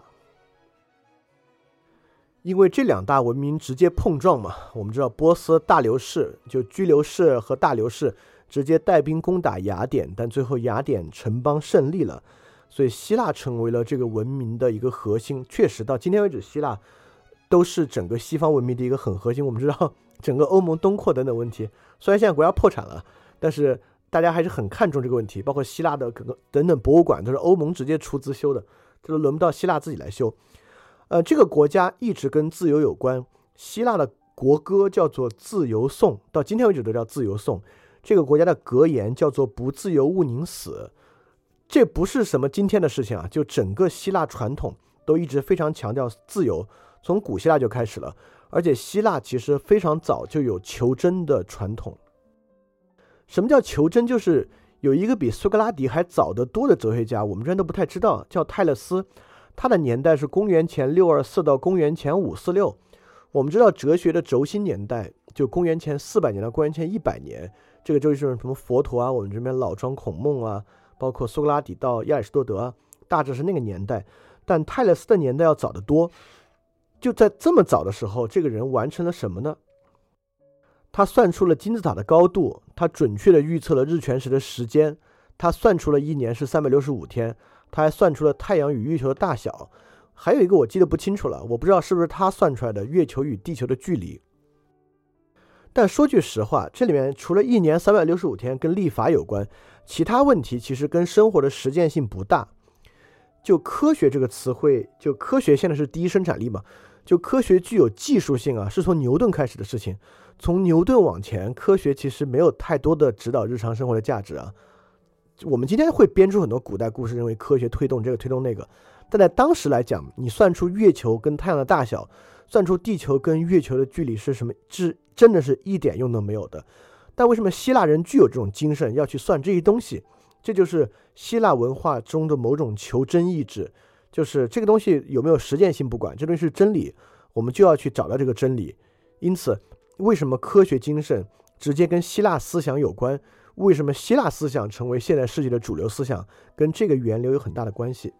因为这两大文明直接碰撞嘛，我们知道波斯大流士就居留士和大流士直接带兵攻打雅典，但最后雅典城邦胜利了，所以希腊成为了这个文明的一个核心。确实到今天为止，希腊都是整个西方文明的一个很核心。我们知道整个欧盟东扩等等问题，虽然现在国家破产了，但是大家还是很看重这个问题，包括希腊的等等博物馆都是欧盟直接出资修的，这都轮不到希腊自己来修。呃，这个国家一直跟自由有关，希腊的国歌叫做自由颂，到今天为止都叫自由颂。这个国家的格言叫做不自由勿宁死。这不是什么今天的事情啊，就整个希腊传统都一直非常强调自由，从古希腊就开始了。而且希腊其实非常早就有求真的传统。什么叫求真？就是有一个比苏格拉底还早得多的哲学家，我们之前都不太知道，叫泰勒斯。他的年代是公元前六二四到公元前五四六。我们知道哲学的轴心年代就公元前四百年到公元前一百年，这个就是什么佛陀啊，我们这边老庄孔孟啊，包括苏格拉底到亚里士多德啊，大致是那个年代。但泰勒斯的年代要早得多。就在这么早的时候，这个人完成了什么呢？他算出了金字塔的高度，他准确地预测了日全食的时间，他算出了一年是三百六十五天，他还算出了太阳与月球的大小，还有一个我记得不清楚了，我不知道是不是他算出来的月球与地球的距离。但说句实话，这里面除了一年三百六十五天跟历法有关，其他问题其实跟生活的实践性不大。就科学这个词汇，就科学现在是第一生产力嘛，就科学具有技术性啊，是从牛顿开始的事情。从牛顿往前，科学其实没有太多的指导日常生活的价值啊。我们今天会编出很多古代故事，认为科学推动这个推动那个，但在当时来讲，你算出月球跟太阳的大小，算出地球跟月球的距离是什么，是真的是一点用都没有的。但为什么希腊人具有这种精神，要去算这些东西？这就是希腊文化中的某种求真意志，就是这个东西有没有实践性不管，这东西是真理，我们就要去找到这个真理。因此为什么科学精神直接跟希腊思想有关，为什么希腊思想成为现代世界的主流思想，跟这个源流有很大的关系。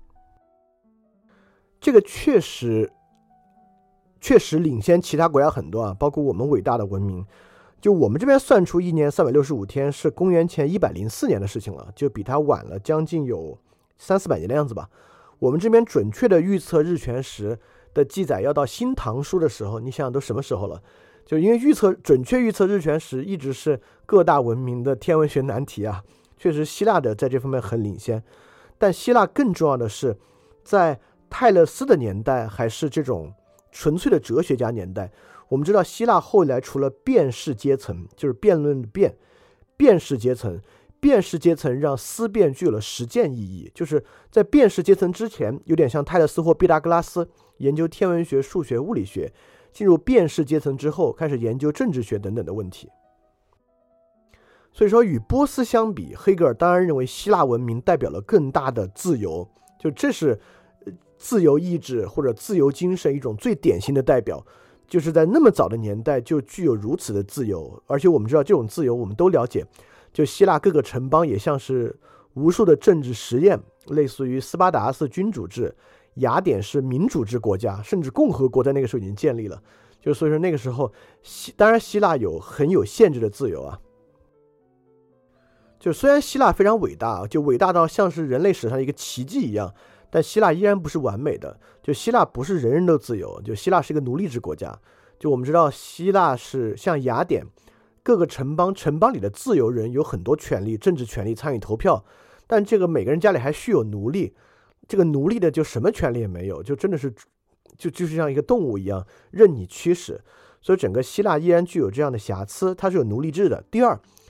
这个确实确实领先其他国家很多啊，包括我们伟大的文明。就我们这边算出一年三百六十五天是公元前一百零四年的事情了，就比它晚了将近有三四百年的样子吧。我们这边准确的预测日全食的记载要到新唐书的时候，你想想都什么时候了？就因为预测准确预测日全食一直是各大文明的天文学难题啊，确实希腊的在这方面很领先。但希腊更重要的是，在泰勒斯的年代还是这种纯粹的哲学家年代。我们知道希腊后来除了辩士阶层，就是辩论的辩，辩士阶层，辩士阶层让思辨具有了实践意义。就是在辩士阶层之前，有点像泰勒斯或毕达哥拉斯研究天文学、数学、物理学，进入辩士阶层之后，开始研究政治学等等的问题。所以说，与波斯相比，黑格尔当然认为希腊文明代表了更大的自由，就这是自由意志或者自由精神一种最典型的代表。就是在那么早的年代就具有如此的自由，而且我们知道这种自由我们都了解，就希腊各个城邦也像是无数的政治实验，类似于斯巴达是君主制，雅典是民主制国家，甚至共和国在那个时候已经建立了。就所以说那个时候希当然希腊有很有限制的自由啊。就虽然希腊非常伟大，就伟大到像是人类史上一个奇迹一样，但希腊依然不是完美的。就希腊不是人人都自由，就希腊是一个奴隶制国家。就我们知道希腊是像雅典各个城邦，城邦里的自由人有很多权利，政治权利，参与投票，但这个每个人家里还需有奴隶，这个奴隶的就什么权利也没有，就真的是就就是像一个动物一样任你驱使。所以整个希腊依然具有这样的瑕疵，它是有奴隶制的。第二，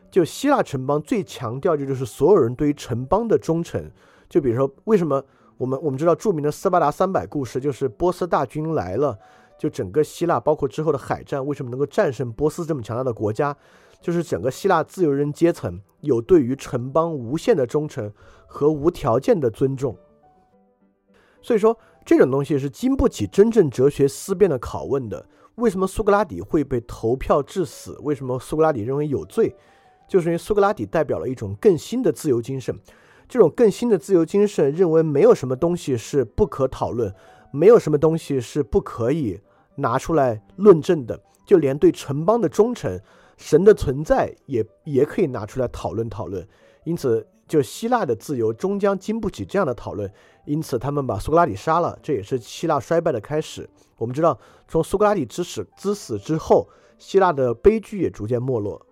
就希腊城邦最强调的就是所有人对于城邦的忠诚。就比如说，为什么我们我们知道著名的斯巴达三百故事，就是波斯大军来了，就整个希腊包括之后的海战，为什么能够战胜波斯这么强大的国家，就是整个希腊自由人阶层有对于城邦无限的忠诚和无条件的尊重。所以说这种东西是经不起真正哲学思辨的拷问的。为什么苏格拉底会被投票致死？为什么苏格拉底认为有罪？就是因为苏格拉底代表了一种更新的自由精神。这种更新的自由精神认为没有什么东西是不可讨论，没有什么东西是不可以拿出来论证的，就连对城邦的忠诚、神的存在也也可以拿出来讨论讨论。因此就希腊的自由终将经不起这样的讨论，因此他们把苏格拉底杀了，这也是希腊衰败的开始。我们知道从苏格拉底之死之死之后，希腊的悲剧也逐渐没落。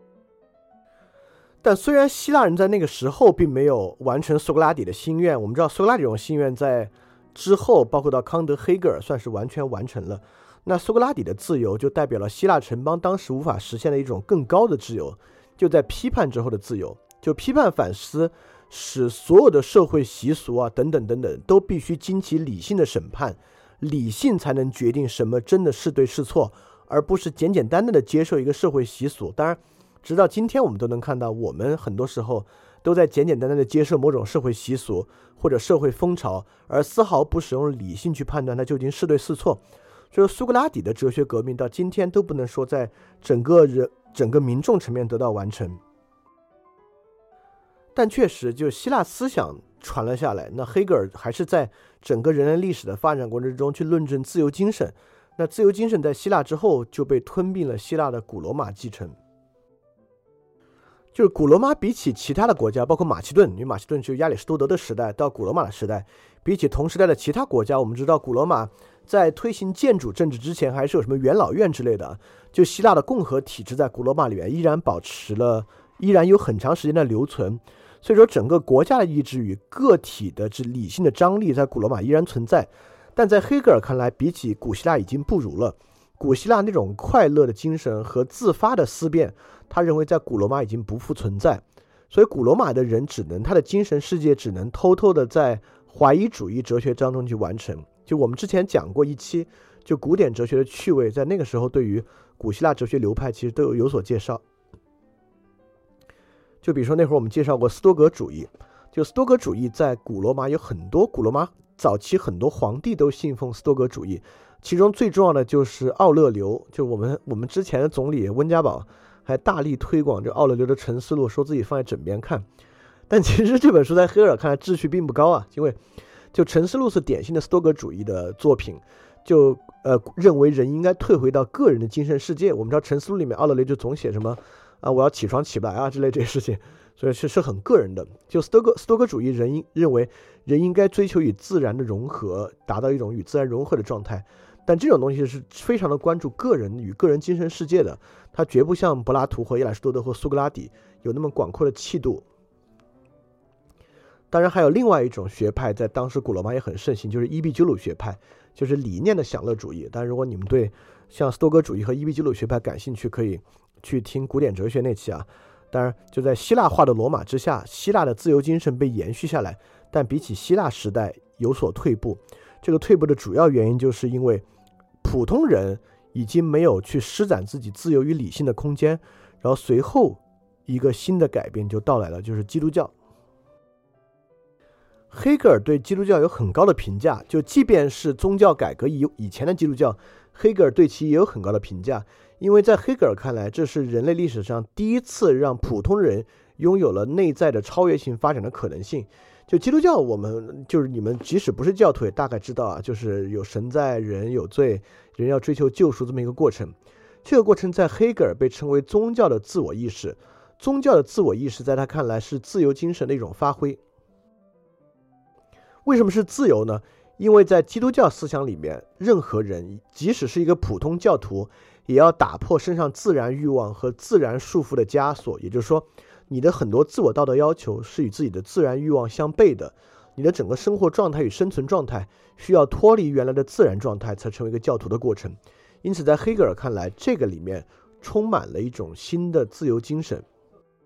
但虽然希腊人在那个时候并没有完成苏格拉底的心愿，我们知道苏格拉底这种心愿在之后包括到康德、黑格尔算是完全完成了。那苏格拉底的自由就代表了希腊城邦当时无法实现的一种更高的自由，就在批判之后的自由，就批判反思，使所有的社会习俗啊等等等等都必须经起理性的审判，理性才能决定什么真的是对是错，而不是简简单单的接受一个社会习俗。当然直到今天我们都能看到，我们很多时候都在简简单单的接受某种社会习俗或者社会风潮，而丝毫不使用理性去判断它究竟是对是错。所以苏格拉底的哲学革命到今天都不能说在整个人整个民众层面得到完成。但确实就希腊思想传了下来，那黑格尔还是在整个人类历史的发展过程中去论证自由精神。那自由精神在希腊之后就被吞并了希腊的古罗马继承。就是古罗马比起其他的国家，包括马其顿，因为马其顿是亚里士多德的时代到古罗马的时代，比起同时代的其他国家，我们知道古罗马在推行建主政治之前还是有什么元老院之类的，就希腊的共和体制在古罗马里面依然保持了，依然有很长时间的留存。所以说整个国家的意志与个体的理性的张力在古罗马依然存在，但在黑格尔看来，比起古希腊已经不如了。古希腊那种快乐的精神和自发的思辨，他认为在古罗马已经不复存在。所以古罗马的人只能，他的精神世界只能偷偷的在怀疑主义哲学当中去完成。就我们之前讲过一期就古典哲学的趣味，在那个时候对于古希腊哲学流派其实都有有所介绍。就比如说那会儿我们介绍过斯多葛主义，就斯多葛主义在古罗马有很多，古罗马早期很多皇帝都信奉斯多葛主义，其中最重要的就是奥勒留，就我们我们之前的总理温家宝还大力推广这奥勒留的《沉思录》，说自己放在枕边看。但其实这本书在黑格尔看来秩序并不高啊，因为就《沉思录》是典型的斯多葛主义的作品，就呃认为人应该退回到个人的精神世界。我们知道《沉思录》里面奥勒留就总写什么啊，我要起床起不来啊之类这些事情，所以是是很个人的。就斯多葛斯多葛主义人认为人应该追求与自然的融合，达到一种与自然融合的状态。但这种东西是非常的关注个人与个人精神世界的，它绝不像柏拉图和亚里士多德和苏格拉底有那么广阔的气度。当然还有另外一种学派在当时古罗马也很盛行，就是伊壁鸠鲁学派，就是理念的享乐主义。但如果你们对像斯多葛主义和伊壁鸠鲁学派感兴趣，可以去听古典哲学那期啊。当然就在希腊化的罗马之下，希腊的自由精神被延续下来，但比起希腊时代有所退步。这个退步的主要原因就是因为普通人已经没有去施展自己自由与理性的空间，然后随后一个新的改变就到来了，就是基督教。黑格尔对基督教有很高的评价，就即便是宗教改革以以前的基督教，黑格尔对其也有很高的评价，因为在黑格尔看来，这是人类历史上第一次让普通人拥有了内在的超越性发展的可能性。就基督教，我们就是你们即使不是教徒也大概知道啊，就是有神在，人有罪，人要追求救赎这么一个过程。这个过程在黑格尔被称为宗教的自我意识，宗教的自我意识在他看来是自由精神的一种发挥。为什么是自由呢？因为在基督教思想里面，任何人即使是一个普通教徒，也要打破身上自然欲望和自然束缚的枷锁，也就是说你的很多自我道德要求是与自己的自然欲望相悖的，你的整个生活状态与生存状态需要脱离原来的自然状态才成为一个教徒的过程。因此在黑格尔看来，这个里面充满了一种新的自由精神。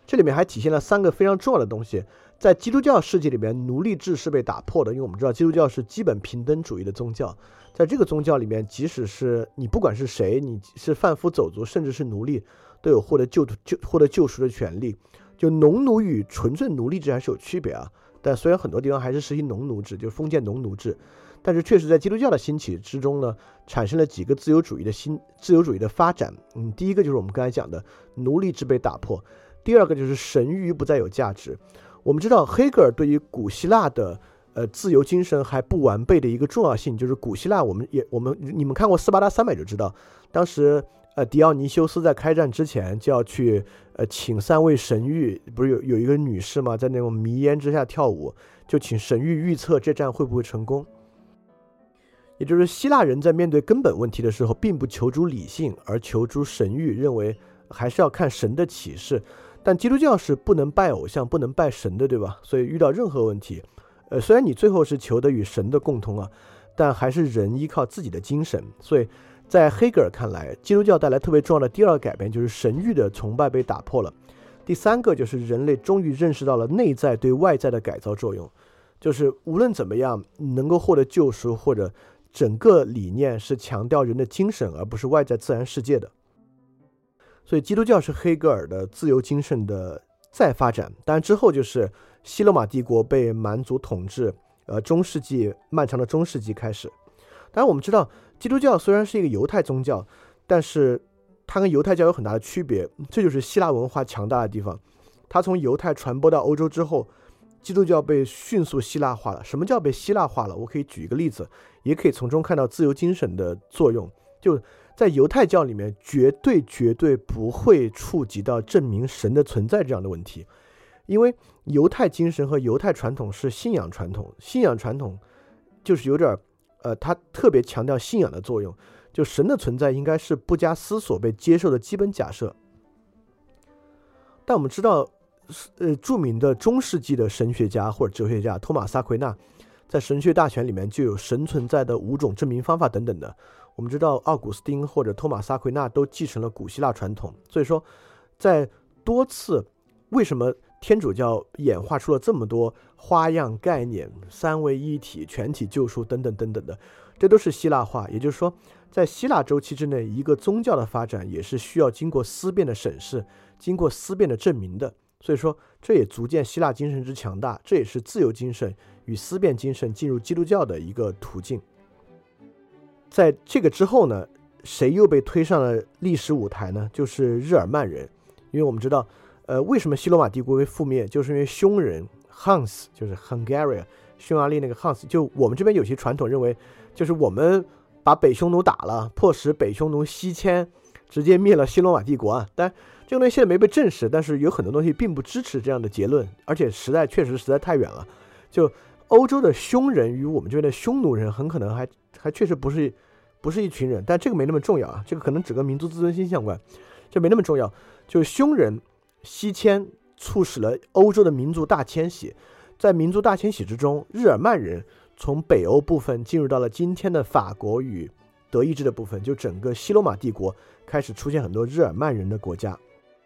这里面还体现了三个非常重要的东西。在基督教世界里面，奴隶制是被打破的，因为我们知道基督教是基本平等主义的宗教。在这个宗教里面，即使是你不管是谁，你是贩夫走卒，甚至是奴隶，都有获得救救获得救赎的权利。就农奴与纯粹奴隶制还是有区别啊，但虽然很多地方还是实行农奴制，就是封建农奴制，但是确实在基督教的兴起之中呢，产生了几个自由主义的新自由主义的发展。嗯，第一个就是我们刚才讲的奴隶制被打破，第二个就是神谕不再有价值。我们知道黑格尔对于古希腊的呃自由精神还不完备的一个重要性，就是古希腊我们也我们你们看过斯巴达三百就知道，当时呃狄奥尼修斯在开战之前就要去呃请三位神谕，不是有有一个女士吗，在那种迷烟之下跳舞，就请神谕预测这战会不会成功。也就是希腊人在面对根本问题的时候，并不求助理性，而求助神谕，认为还是要看神的启示。但基督教是不能拜偶像，不能拜神的，对吧？所以遇到任何问题，呃，虽然你最后是求得与神的共通啊，但还是人依靠自己的精神。所以在黑格尔看来，基督教带来特别重要的第二个改变，就是神谕的崇拜被打破了。第三个就是人类终于认识到了内在对外在的改造作用，就是无论怎么样能够获得救赎，或者整个理念是强调人的精神，而不是外在自然世界的。所以基督教是黑格尔的自由精神的再发展，当然之后就是西罗马帝国被蛮族统治，呃，中世纪漫长的中世纪开始。当然我们知道基督教虽然是一个犹太宗教，但是它跟犹太教有很大的区别，这就是希腊文化强大的地方。它从犹太传播到欧洲之后，基督教被迅速希腊化了。什么叫被希腊化了？我可以举一个例子，也可以从中看到自由精神的作用。就在犹太教里面，绝对绝对不会触及到证明神的存在这样的问题，因为犹太精神和犹太传统是信仰传统，信仰传统就是有点呃，它特别强调信仰的作用，就神的存在应该是不加思索被接受的基本假设。但我们知道，呃，著名的中世纪的神学家或者哲学家托马斯·阿奎那在神学大全里面就有神存在的五种证明方法等等的。我们知道奥古斯丁或者托马斯·阿奎那都继承了古希腊传统，所以说在多次为什么天主教演化出了这么多花样概念，三位一体、全体救赎等等等等的，这都是希腊化。也就是说在希腊周期之内，一个宗教的发展也是需要经过思辨的审视，经过思辨的证明的。所以说这也足见希腊精神之强大，这也是自由精神与思辨精神进入基督教的一个途径。在这个之后呢，谁又被推上了历史舞台呢？就是日耳曼人。因为我们知道呃，为什么西罗马帝国会覆灭，就是因为匈人 Huns， 就是 Hungary 匈牙利那个 Huns， 就我们这边有些传统认为就是我们把北匈奴打了，迫使北匈奴西迁，直接灭了西罗马帝国啊。但这个东西现在没被证实，但是有很多东西并不支持这样的结论，而且时代确实实在太远了。就欧洲的匈人与我们这边的匈奴人很可能还还确实不是不是一群人，但这个没那么重要啊，这个可能只跟民族自尊心相关，这没那么重要。就是匈人西迁促使了欧洲的民族大迁徙，在民族大迁徙之中，日耳曼人从北欧部分进入到了今天的法国与德意志的部分，就整个西罗马帝国开始出现很多日耳曼人的国家。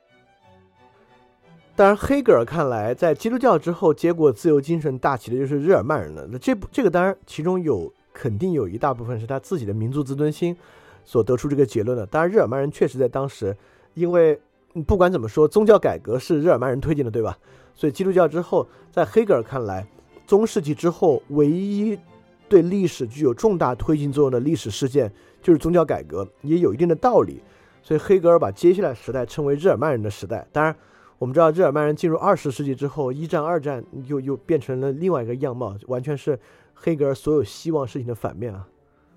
当然黑格尔看来，在基督教之后接过自由精神大旗的就是日耳曼人了。这这个当然其中有肯定有一大部分是他自己的民族自尊心所得出这个结论的。当然日耳曼人确实在当时，因为不管怎么说宗教改革是日耳曼人推进的，对吧？所以基督教之后，在黑格尔看来，中世纪之后唯一对历史具有重大推进作用的历史事件就是宗教改革，也有一定的道理。所以黑格尔把接下来时代称为日耳曼人的时代。当然我们知道日耳曼人进入二十世纪之后，一战二战又又变成了另外一个样貌，完全是黑格尔所有希望事情的反面啊。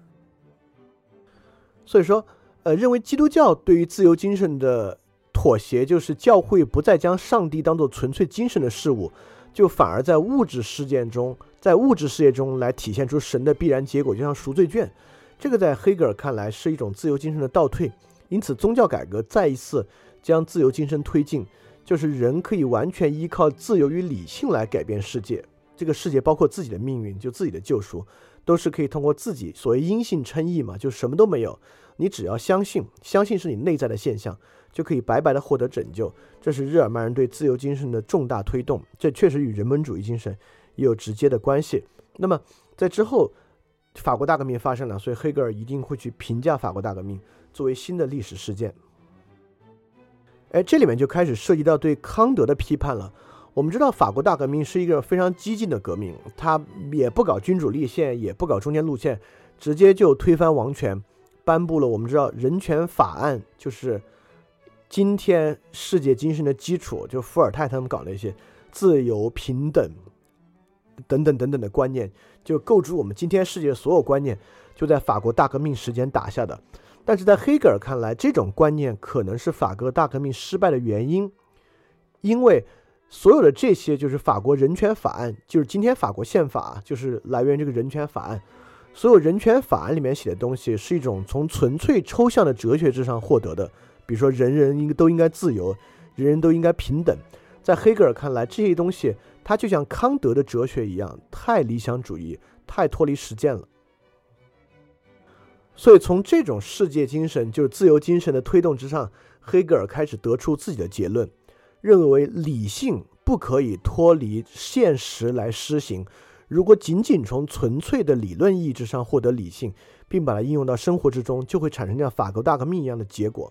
所以说呃，认为基督教对于自由精神的妥协，就是教会不再将上帝当作纯粹精神的事物，就反而在物质事件中在物质世界中来体现出神的必然结果，就像赎罪券。这个在黑格尔看来是一种自由精神的倒退，因此宗教改革再一次将自由精神推进，就是人可以完全依靠自由与理性来改变世界，这个世界包括自己的命运，就自己的救赎都是可以通过自己，所谓因信称义嘛，就什么都没有，你只要相信，相信是你内在的现象， 就可以白白的获得拯救。这是日耳曼人对自由精神的重大推动，这确实与人本主义精神也有直接的关系。那么在之后法国大革命发生了，所以黑格尔一定会去评价法国大革命作为新的历史事件。哎，这里面就开始涉及到对康德的批判了。我们知道法国大革命是一个非常激进的革命，它也不搞君主立宪，也不搞中间路线，直接就推翻王权，颁布了我们知道人权法案，就是今天世界精神的基础，就伏尔泰他们搞那些自由、平等等等等等的观念，就构筑我们今天世界所有观念，就在法国大革命时间打下的。但是在黑格尔看来，这种观念可能是法国大革命失败的原因，因为所有的这些就是法国人权法案，就是今天法国宪法，就是来源于这个人权法案。所有人权法案里面写的东西是一种从纯粹抽象的哲学之上获得的，比如说人人都应该自由，人人都应该平等。在黑格尔看来，这些东西它就像康德的哲学一样，太理想主义，太脱离实践了。所以从这种世界精神，就是自由精神的推动之上，黑格尔开始得出自己的结论，认为理性不可以脱离现实来施行，如果仅仅从纯粹的理论意义之上获得理性，并把它应用到生活之中，就会产生像法国大革命一样的结果。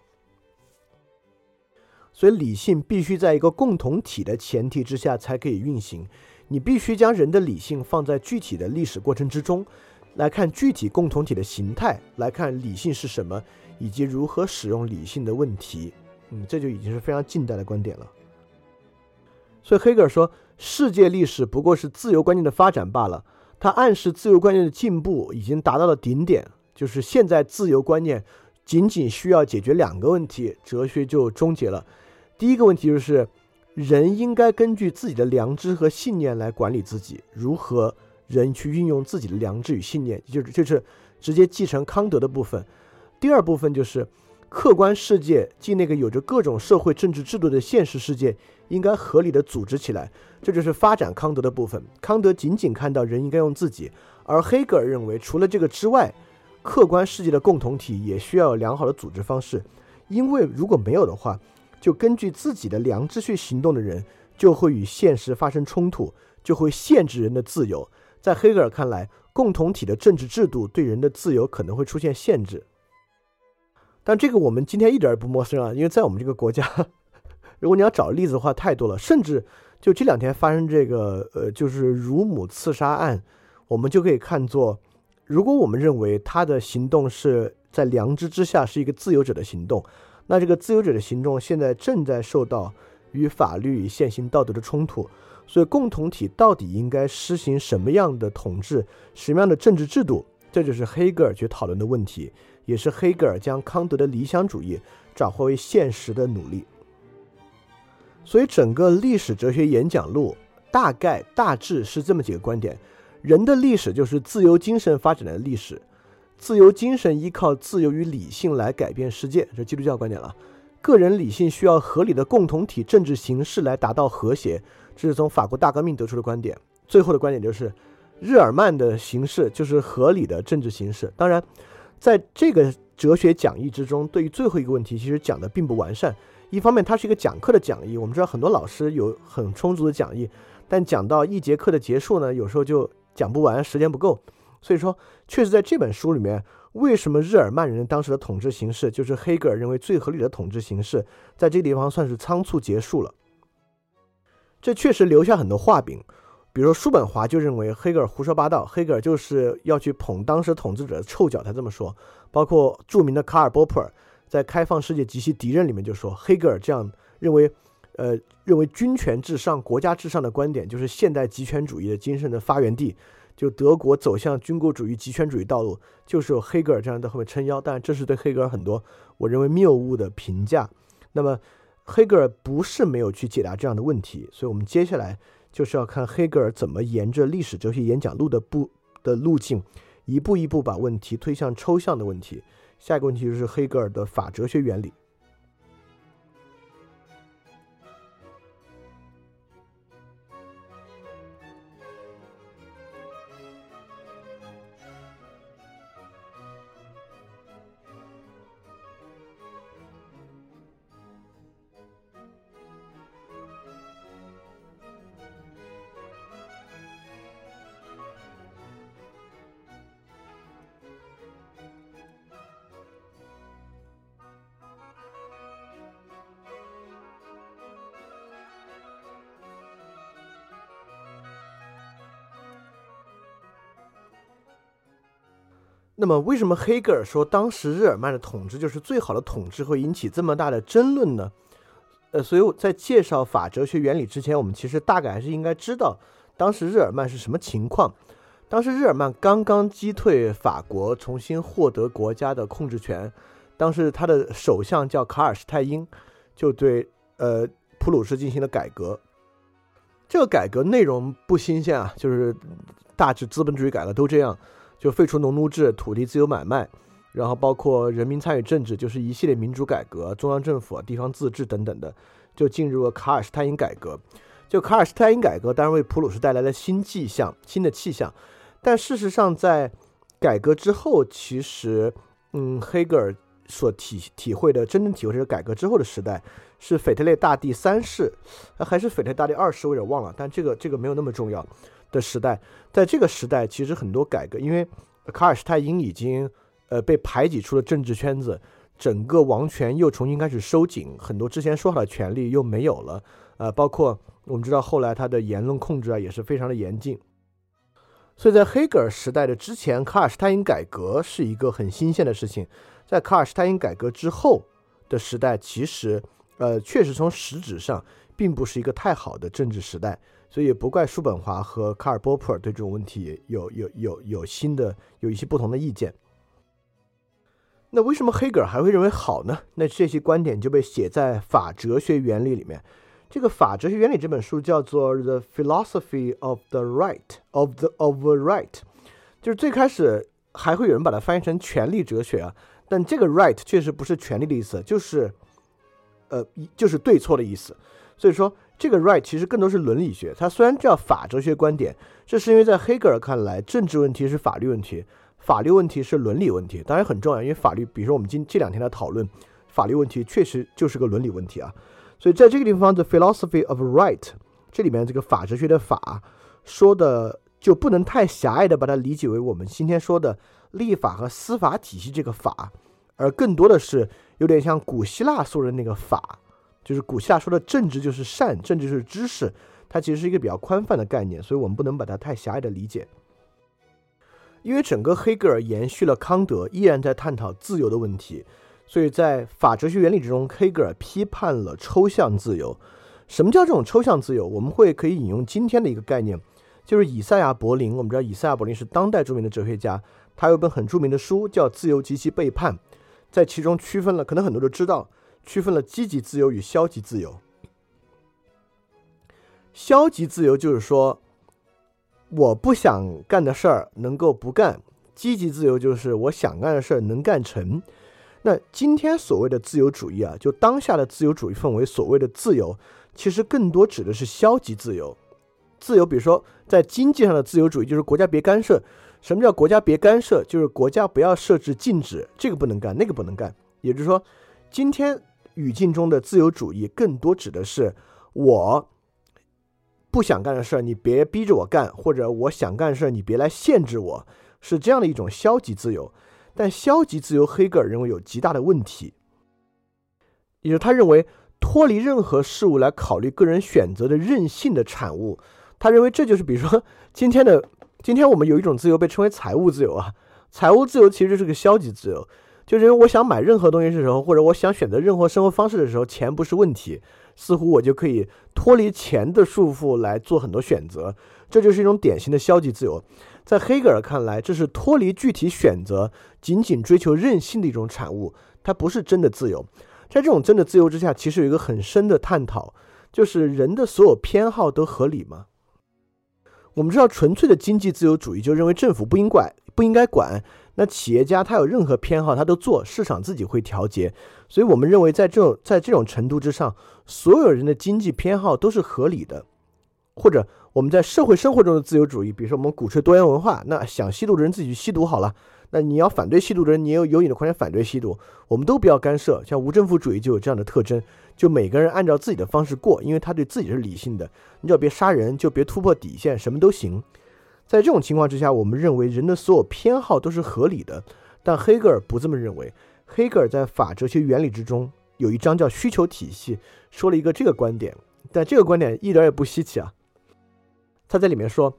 所以理性必须在一个共同体的前提之下才可以运行，你必须将人的理性放在具体的历史过程之中，来看具体共同体的形态，来看理性是什么，以及如何使用理性的问题。嗯，这就已经是非常近代的观点了。所以黑格尔说，世界历史不过是自由观念的发展罢了。他暗示自由观念的进步已经达到了顶点，就是现在自由观念仅仅需要解决两个问题，哲学就终结了。第一个问题就是人应该根据自己的良知和信念来管理自己，如何人去运用自己的良知与信念，就是就是直接继承康德的部分。第二部分就是客观世界，即那个有着各种社会政治制度的现实世界，应该合理的组织起来，这就是发展康德的部分。康德仅仅看到人应该用自己，而黑格尔认为除了这个之外，客观世界的共同体也需要有良好的组织方式，因为如果没有的话，就根据自己的良知去行动的人就会与现实发生冲突，就会限制人的自由。在黑格尔看来，共同体的政治制度对人的自由可能会出现限制。但这个我们今天一点也不陌生啊，因为在我们这个国家，如果你要找例子的话太多了，甚至就这两天发生这个呃，就是乳母刺杀案，我们就可以看作，如果我们认为他的行动是在良知之下，是一个自由者的行动，那这个自由者的行动现在正在受到与法律与现行道德的冲突。所以共同体到底应该施行什么样的统治，什么样的政治制度，这就是黑格尔去讨论的问题，也是黑格尔将康德的理想主义转化为现实的努力。所以整个历史哲学演讲录大概大致是这么几个观点：人的历史就是自由精神发展的历史，自由精神依靠自由与理性来改变世界，这是基督教观点了。个人理性需要合理的共同体政治形式来达到和谐，这是从法国大革命得出的观点。最后的观点就是日耳曼的形式就是合理的政治形式。当然在这个哲学讲义之中，对于最后一个问题其实讲的并不完善。一方面它是一个讲课的讲义，我们知道很多老师有很充足的讲义，但讲到一节课的结束呢，有时候就讲不完，时间不够。所以说确实在这本书里面，为什么日耳曼人当时的统治形式就是黑格尔认为最合理的统治形式，在这个地方算是仓促结束了。这确实留下很多画饼，比如说叔本华就认为黑格尔胡说八道，黑格尔就是要去捧当时统治者的臭脚才这么说。包括著名的卡尔波普尔在《开放世界及其敌人》里面就说，黑格尔这样认为呃，认为君权至上国家至上的观点就是现代极权主义的精神的发源地，就德国走向军国主义极权主义道路就是有黑格尔这样在后面撑腰。当然这是对黑格尔很多我认为谬误的评价。那么黑格尔不是没有去解答这样的问题，所以我们接下来就是要看黑格尔怎么沿着历史哲学演讲路的步的路径，一步一步把问题推向抽象的问题。下一个问题就是黑格尔的法哲学原理。 那么为什么黑格尔说当时日耳曼的统治就是最好的统治，会引起这么大的争论呢？呃，所以我在介绍法哲学原理之前，我们其实大概还是应该知道当时日耳曼是什么情况。当时日耳曼刚刚击退法国，重新获得国家的控制权。当时他的首相叫卡尔施泰因，就对呃普鲁士进行了改革。这个改革内容不新鲜啊，就是大致资本主义改革都这样，就废除农奴制、土地自由买卖，然后包括人民参与政治，就是一系列民主改革、中央政府、地方自治等等的，就进入了卡尔施泰因改革。就卡尔施泰因改革当然为普鲁士带来了新气象、新的气象，但事实上在改革之后，其实嗯，黑格尔所体体会的真正体会是改革之后的时代，是腓特烈大帝三世，还是腓特烈大帝二世，我有点忘了，但这个这个没有那么重要的时代。在这个时代，其实很多改革，因为卡尔施泰因已经呃被排挤出了政治圈子，整个王权又重新开始收紧，很多之前说好的权利又没有了，呃，包括我们知道后来他的言论控制啊也是非常的严禁。所以在黑格尔时代的之前，卡尔施泰因改革是一个很新鲜的事情。在卡尔施泰因改革之后的时代，其实呃确实从实质上并不是一个太好的政治时代，所以也不怪叔本华和卡尔波普尔对这种问题有有有有新的有一些不同的意见。那为什么黑格尔还会认为好呢？那这些观点就被写在《法哲学原理》里面。这个《法哲学原理》这本书叫做 The Philosophy of the Right of the of the Right， 就是最开始还会有人把它翻译成权力哲学啊，但这个 right 确实不是权力的意思，就是呃就是对错的意思。所以说这个 right 其实更多是伦理学，它虽然叫法哲学观点，这是因为在黑格尔看来，政治问题是法律问题，法律问题是伦理问题，当然很重要，因为法律，比如说我们今这两天的讨论，法律问题确实就是个伦理问题啊。所以在这个地方 The Philosophy of Right 这里面这个法哲学的法说的就不能太狭隘的把它理解为我们今天说的立法和司法体系这个法，而更多的是有点像古希腊说的那个法，就是古希腊说的政治就是善，政治就是知识，它其实是一个比较宽泛的概念，所以我们不能把它太狭隘的理解。因为整个黑格尔延续了康德，依然在探讨自由的问题，所以在法哲学原理之中，黑格尔批判了抽象自由。什么叫这种抽象自由？我们会可以引用今天的一个概念，就是以赛亚柏林。我们知道以赛亚柏林是当代著名的哲学家，他有一本很著名的书叫《自由及其背叛》，在其中区分了，可能很多都知道，区分了积极自由与消极自由。消极自由就是说我不想干的事儿能够不干，积极自由就是我想干的事儿能干成。那今天所谓的自由主义啊，就当下的自由主义氛围所谓的自由，其实更多指的是消极自由。自由比如说在经济上的自由主义就是国家别干涉。什么叫国家别干涉？就是国家不要设置禁止，这个不能干，那个不能干。也就是说今天语境中的自由主义更多指的是我不想干的事你别逼着我干，或者我想干的事你别来限制我，是这样的一种消极自由。但消极自由黑格尔认为有极大的问题，也就是他认为脱离任何事物来考虑个人选择的任性的产物。他认为这就是比如说今天的今天我们有一种自由被称为财务自由啊，财务自由其实是个消极自由，就是因为我想买任何东西的时候，或者我想选择任何生活方式的时候，钱不是问题，似乎我就可以脱离钱的束缚来做很多选择，这就是一种典型的消极自由。在黑格尔看来，这是脱离具体选择，仅仅追求任性的一种产物，它不是真的自由。在这种真的自由之下，其实有一个很深的探讨，就是人的所有偏好都合理吗？我们知道纯粹的经济自由主义就认为政府不应管不应该管，那企业家他有任何偏好他都做，市场自己会调节。所以我们认为在这种在这种程度之上，所有人的经济偏好都是合理的。或者我们在社会生活中的自由主义，比如说我们鼓吹多元文化，那想吸毒的人自己去吸毒好了，那你要反对吸毒的人，你也有有你的观点反对吸毒，我们都不要干涉。像无政府主义就有这样的特征，就每个人按照自己的方式过，因为他对自己是理性的，你只要别杀人，就别突破底线，什么都行。在这种情况之下，我们认为人的所有偏好都是合理的，但黑格尔不这么认为。黑格尔在法哲学原理之中有一章叫需求体系，说了一个这个观点，但这个观点一点也不稀奇啊。他在里面说，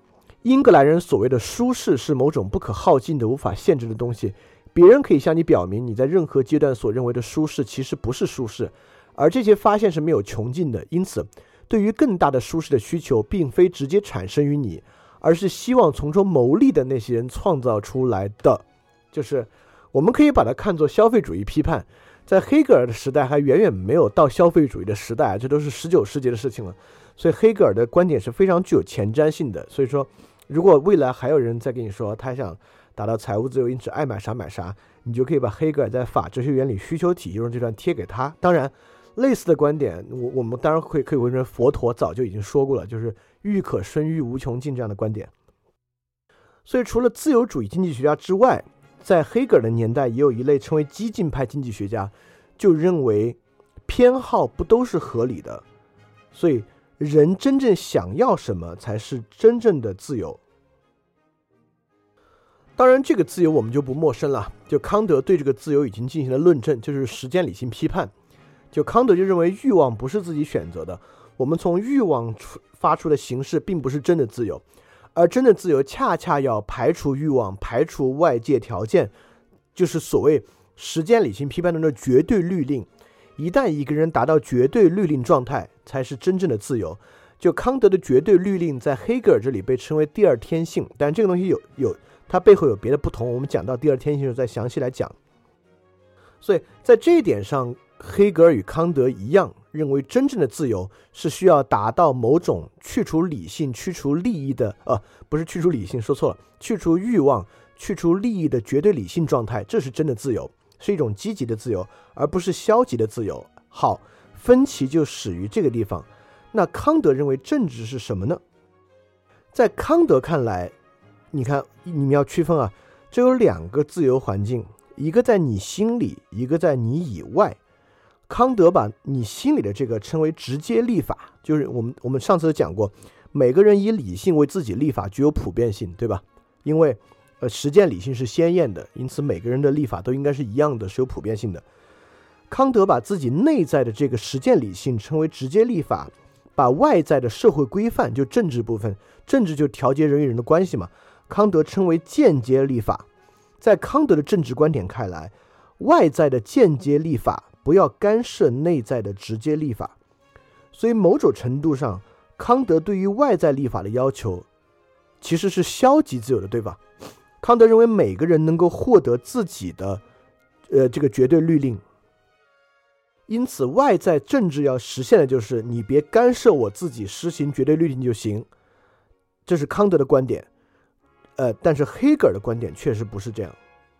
英格兰人所谓的舒适是某种不可耗尽的无法限制的东西，别人可以向你表明你在任何阶段所认为的舒适其实不是舒适，而这些发现是没有穷尽的。因此对于更大的舒适的需求并非直接产生于你，而是希望从中牟利的那些人创造出来的。就是我们可以把它看作消费主义批判，在黑格尔的时代还远远没有到消费主义的时代，这都是十九世纪的事情了，所以黑格尔的观点是非常具有前瞻性的。所以说如果未来还有人在跟你说他想达到财务自由，因此爱买啥买啥，你就可以把黑格尔在法哲学原理需求体用这段贴给他。当然类似的观点我我们当然会可以认为佛陀早就已经说过了，就是欲可生欲无穷尽这样的观点。所以除了自由主义经济学家之外，在黑格尔的年代也有一类称为激进派经济学家，就认为偏好不都是合理的，所以人真正想要什么才是真正的自由。当然这个自由我们就不陌生了，就康德对这个自由已经进行了论证，就是实践理性批判。就康德就认为欲望不是自己选择的，我们从欲望发出的形式并不是真的自由，而真的自由恰恰要排除欲望，排除外界条件，就是所谓实践理性批判中的绝对律令。一旦一个人达到绝对律令状态，才是真正的自由。就康德的绝对律令在黑格尔这里被称为第二天性，但这个东西有有它背后有别的不同，我们讲到第二天性时再详细来讲。所以在这一点上，黑格尔与康德一样，认为真正的自由是需要达到某种去除理性、去除利益的，呃，不是去除理性，说错了，去除欲望、去除利益的绝对理性状态，这是真的自由，是一种积极的自由，而不是消极的自由。好，分歧就始于这个地方。那康德认为政治是什么呢？在康德看来，你看你们要区分啊，这有两个自由环境，一个在你心里，一个在你以外。康德把你心里的这个称为直接立法，就是我们我们上次讲过，每个人以理性为自己立法具有普遍性，对吧？因为呃实践理性是鲜艳的，因此每个人的立法都应该是一样的，是有普遍性的。康德把自己内在的这个实践理性称为直接立法，把外在的社会规范，就政治部分，政治就调节人与人的关系嘛，康德称为间接立法。在康德的政治观点看来，外在的间接立法不要干涉内在的直接立法，所以某种程度上，康德对于外在立法的要求其实是消极自由的，对吧？康德认为每个人能够获得自己的呃这个绝对律令，因此外在政治要实现的就是你别干涉我自己施行绝对律令就行，这是康德的观点。呃，但是黑格尔的观点确实不是这样。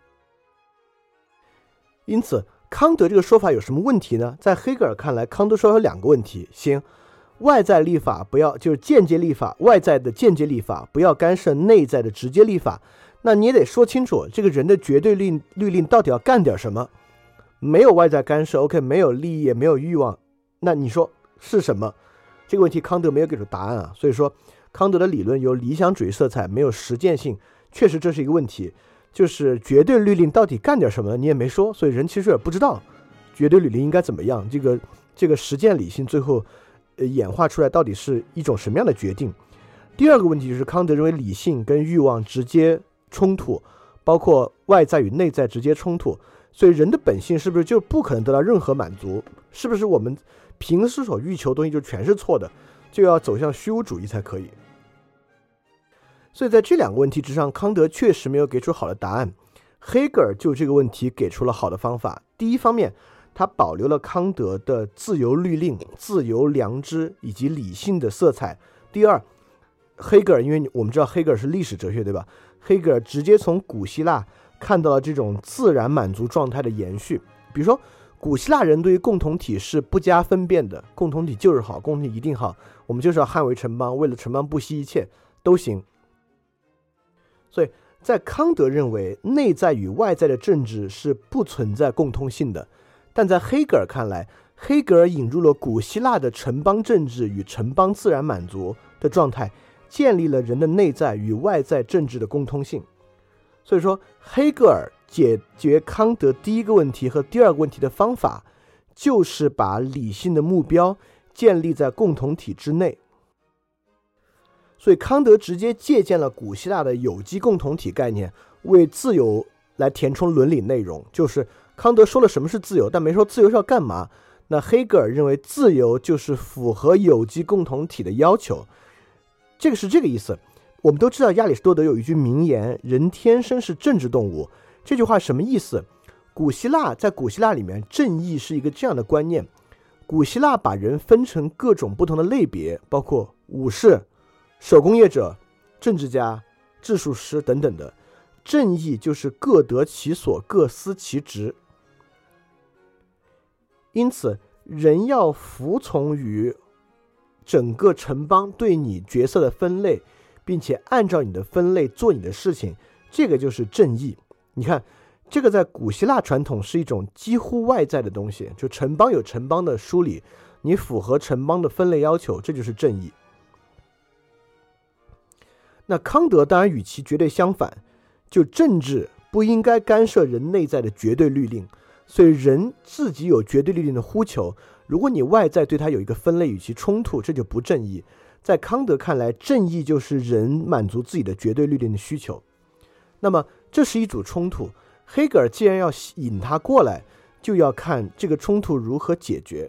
因此康德这个说法有什么问题呢？在黑格尔看来，康德说有两个问题。行，外在立法不要，就是间接立法，外在的间接立法不要干涉内在的直接立法。那你也得说清楚，这个人的绝对律律令到底要干点什么？没有外在干涉 ，OK， 没有利益，也没有欲望，那你说是什么？这个问题康德没有给出答案啊。所以说康德的理论有理想主义色彩，没有实践性，确实这是一个问题。就是绝对律令到底干点什么你也没说，所以人其实也不知道绝对律令应该怎么样，这个这个实践理性最后、呃、演化出来到底是一种什么样的决定。第二个问题就是康德认为理性跟欲望直接冲突，包括外在与内在直接冲突，所以人的本性是不是就不可能得到任何满足？是不是我们平时所欲求的东西就全是错的，就要走向虚无主义才可以？所以在这两个问题之上，康德确实没有给出好的答案。黑格尔就这个问题给出了好的方法。第一方面，他保留了康德的自由律令、自由良知以及理性的色彩。第二，黑格尔，因为我们知道黑格尔是历史哲学，对吧？黑格尔直接从古希腊看到了这种自然满足状态的延续。比如说古希腊人对于共同体是不加分辨的，共同体就是好，共同体一定好，我们就是要捍卫城邦，为了城邦不惜一切都行。所以在康德认为内在与外在的政治是不存在共通性的，但在黑格尔看来，黑格尔引入了古希腊的城邦政治与城邦自然满足的状态，建立了人的内在与外在政治的共通性。所以说黑格尔解决康德第一个问题和第二个问题的方法，就是把理性的目标建立在共同体之内。 所以康德直接借鉴了古希腊的有机共同体概念，为自由来填充伦理内容。就是康德说了什么是自由，但没说自由是要干嘛。那黑格尔认为自由就是符合有机共同体的要求，这个是这个意思。我们都知道亚里士多德有一句名言，人天生是政治动物。这句话什么意思？古希腊在古希腊里面，正义是一个这样的观念。古希腊把人分成各种不同的类别，包括武士、手工业者、政治家、治术师等等的。正义就是各得其所，各司其职。因此人要服从于整个城邦对你角色的分类，并且按照你的分类做你的事情，这个就是正义。你看这个在古希腊传统是一种几乎外在的东西，就城邦有城邦的梳理，你符合城邦的分类要求，这就是正义。那康德当然与其绝对相反，就政治不应该干涉人内在的绝对律令，所以人自己有绝对律令的呼求，如果你外在对他有一个分类与其冲突，这就不正义。在康德看来，正义就是人满足自己的绝对律令的需求。那么这是一组冲突，黑格尔既然要引他过来，就要看这个冲突如何解决。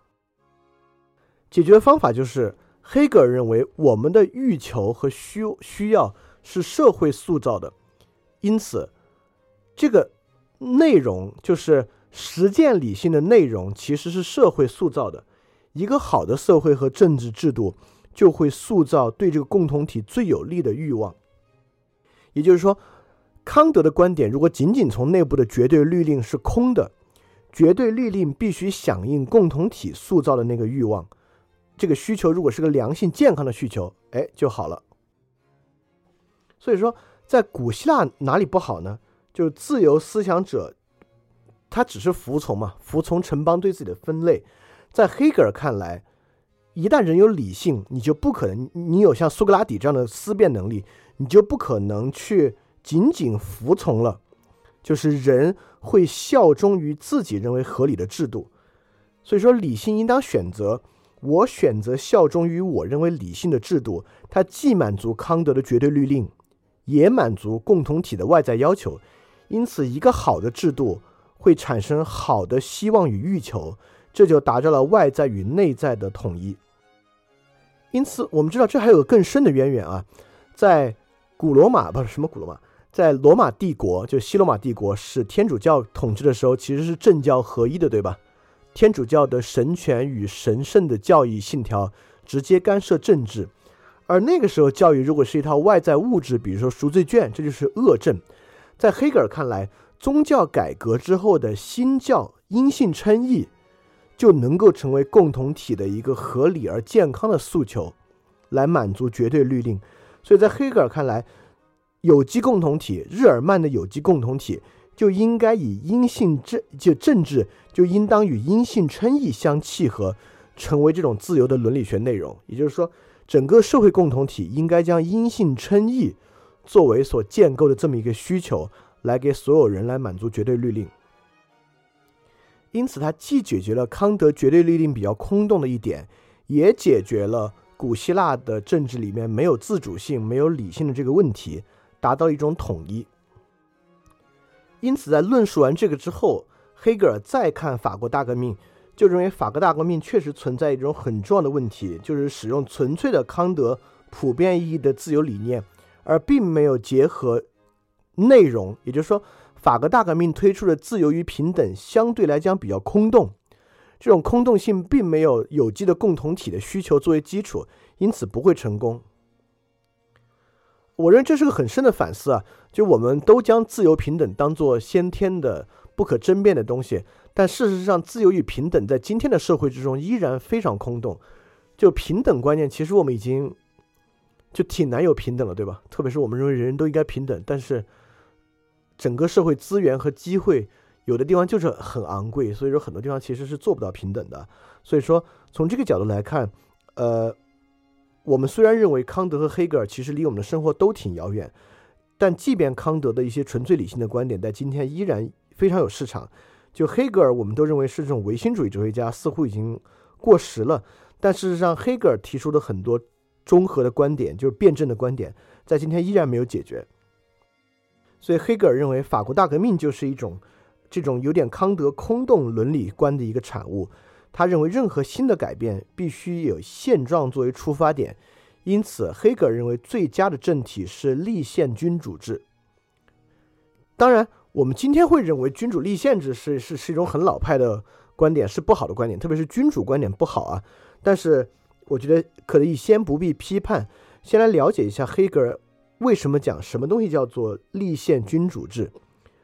解决方法就是黑格尔认为我们的欲求和 需, 需要是社会塑造的，因此这个内容就是实践理性的内容其实是社会塑造的。一个好的社会和政治制度就会塑造对这个共同体最有利的欲望。也就是说，康德的观点如果仅仅从内部的绝对律令是空的，绝对律令必须响应共同体塑造的那个欲望，这个需求如果是个良性健康的需求，哎，就好了。所以说在古希腊哪里不好呢？就是自由思想者他只是服从嘛，服从城邦对自己的分类。在黑格尔看来，一旦人有理性，你就不可能，你有像苏格拉底这样的思辨能力，你就不可能去仅仅服从了，就是人会效忠于自己认为合理的制度。所以说理性应当选择，我选择效忠于我认为理性的制度，它既满足康德的绝对律令，也满足共同体的外在要求。因此一个好的制度会产生好的希望与欲求，这就达到了外在与内在的统一。因此我们知道这还有更深的渊源啊，在古罗马，不是什么古罗马，在罗马帝国，就西罗马帝国是天主教统治的时候，其实是政教合一的，对吧？天主教的神权与神圣的教义信条直接干涉政治，而那个时候教育如果是一套外在物质，比如说赎罪券，这就是恶政。在黑格尔看来，宗教改革之后的新教因信称义就能够成为共同体的一个合理而健康的诉求，来满足绝对律令。所以在黑格尔看来，有机共同体，日耳曼的有机共同体就应该以因信政就政治就应当与因信称义相契合，成为这种自由的伦理学内容。也就是说，整个社会共同体应该将因信称义作为所建构的这么一个需求，来给所有人来满足绝对律令。因此它既解决了康德绝对律令比较空洞的一点，也解决了古希腊的政治里面没有自主性没有理性的这个问题，达到一种统一。因此在论述完这个之后，黑格尔再看法国大革命，就认为法国大革命确实存在一种很重要的问题，就是使用纯粹的康德普遍意义的自由理念，而并没有结合内容。也就是说，法国大革命推出的自由与平等相对来讲比较空洞，这种空洞性并没有有机的共同体的需求作为基础，因此不会成功。我认为这是个很深的反思啊，就我们都将自由平等当作先天的不可争辩的东西，但事实上自由与平等在今天的社会之中依然非常空洞。就平等观念其实我们已经就挺难有平等了，对吧？特别是我们认为人人都应该平等，但是整个社会资源和机会有的地方就是很昂贵，所以说很多地方其实是做不到平等的。所以说从这个角度来看，呃，我们虽然认为康德和黑格尔其实离我们的生活都挺遥远，但即便康德的一些纯粹理性的观点在今天依然非常有市场。就黑格尔我们都认为是这种唯心主义哲学家，似乎已经过时了，但事实上黑格尔提出的很多中和的观点，就是辩证的观点，在今天依然没有解决。所以黑格尔认为法国大革命就是一种这种有点康德空洞伦理观的一个产物。他认为任何新的改变必须有现状作为出发点，因此黑格尔认为最佳的政体是立宪君主制。当然我们今天会认为君主立宪制是是是一种很老派的观点，是不好的观点，特别是君主观点不好啊。但是我觉得可以先不必批判，先来了解一下黑格尔为什么讲什么东西叫做立宪君主制。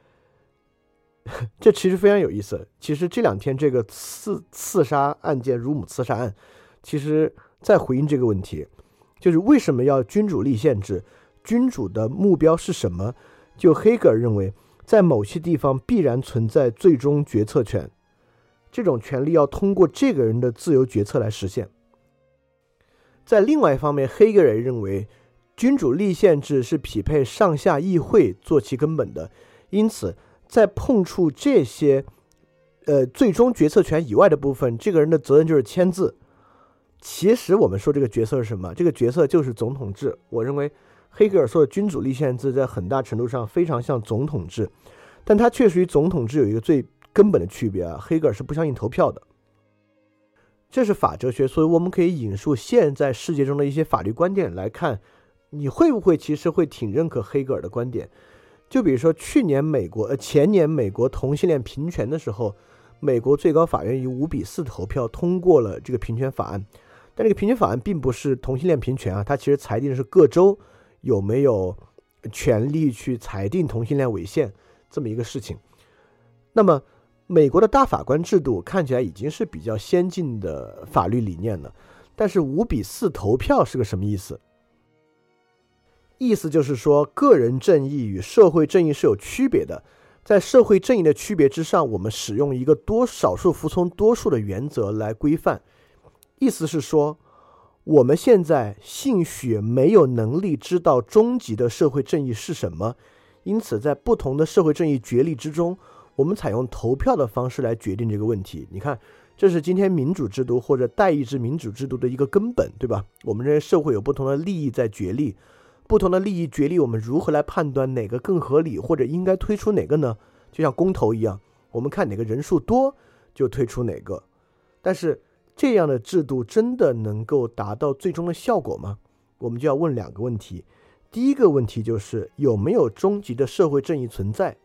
这其实非常有意思。其实这两天这个刺刺杀案件，乳母刺杀案，其实在回应这个问题，就是为什么要君主立宪制，君主的目标是什么。就黑格尔认为，在某些地方必然存在最终决策权，这种权利要通过这个人的自由决策来实现。在另外一方面，黑格尔认为君主立宪制是匹配上下议会做其根本的，因此在碰触这些呃最终决策权以外的部分，这个人的责任就是签字。其实我们说这个角色是什么？这个角色就是总统制。我认为黑格尔说的君主立宪制在很大程度上非常像总统制，但它确实与总统制有一个最根本的区别啊，黑格尔是不相信投票的。这是法哲学，所以我们可以引述现在世界中的一些法律观点来看，你会不会其实会挺认可黑格尔的观点。就比如说去年美国呃前年美国同性恋平权的时候，美国最高法院以五比四投票通过了这个平权法案。但这个平权法案并不是同性恋平权啊，它其实裁定的是各州有没有权利去裁定同性恋违宪这么一个事情。那么美国的大法官制度看起来已经是比较先进的法律理念了，但是五比四投票是个什么意思？意思就是说，个人正义与社会正义是有区别的，在社会正义的区别之上，我们使用一个多少数服从多数的原则来规范。意思是说，我们现在兴许没有能力知道终极的社会正义是什么，因此在不同的社会正义角力之中，我们采用投票的方式来决定这个问题。你看，这是今天民主制度或者代议制民主制度的一个根本，对吧？我们认为社会有不同的利益在角力，不同的利益角力，我们如何来判断哪个更合理，或者应该推出哪个呢？就像公投一样，我们看哪个人数多就推出哪个。但是这样的制度真的能够达到最终的效果吗？我们就要问两个问题。第一个问题就是有没有终极的社会正义存在？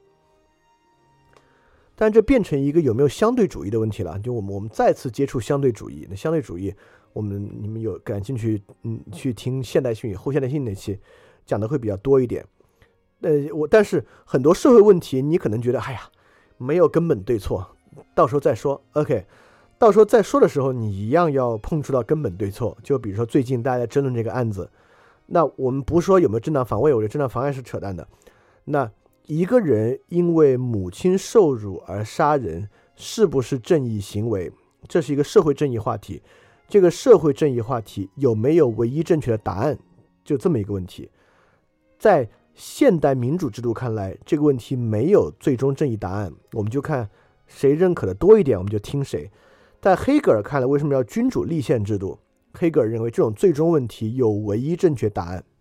但这变成一个有没有相对主义的问题了。就我们我们再次接触相对主义，那相对主义我们你们有感兴趣，嗯，去听现代性与后现代性那期讲的会比较多一点。呃，我但是很多社会问题，你可能觉得，哎呀，没有根本对错，到时候再说。OK， 到时候再说的时候，你一样要碰触到根本对错。就比如说最近大家在争论这个案子，那我们不说有没有正当防卫，我觉得正当防卫是扯淡的。那一个人因为母亲受辱而杀人，是不是正义行为？这是一个社会正义话题。这个社会正义话题有没有唯一正确的答案？就这么一个问题。在现代民主制度看来，这个问题没有最终正义答案，我们就看谁认可的多一点，我们就听谁。在黑格尔看来，为什么要君主立宪制度？黑格尔认为这种最终问题有唯一正确答案。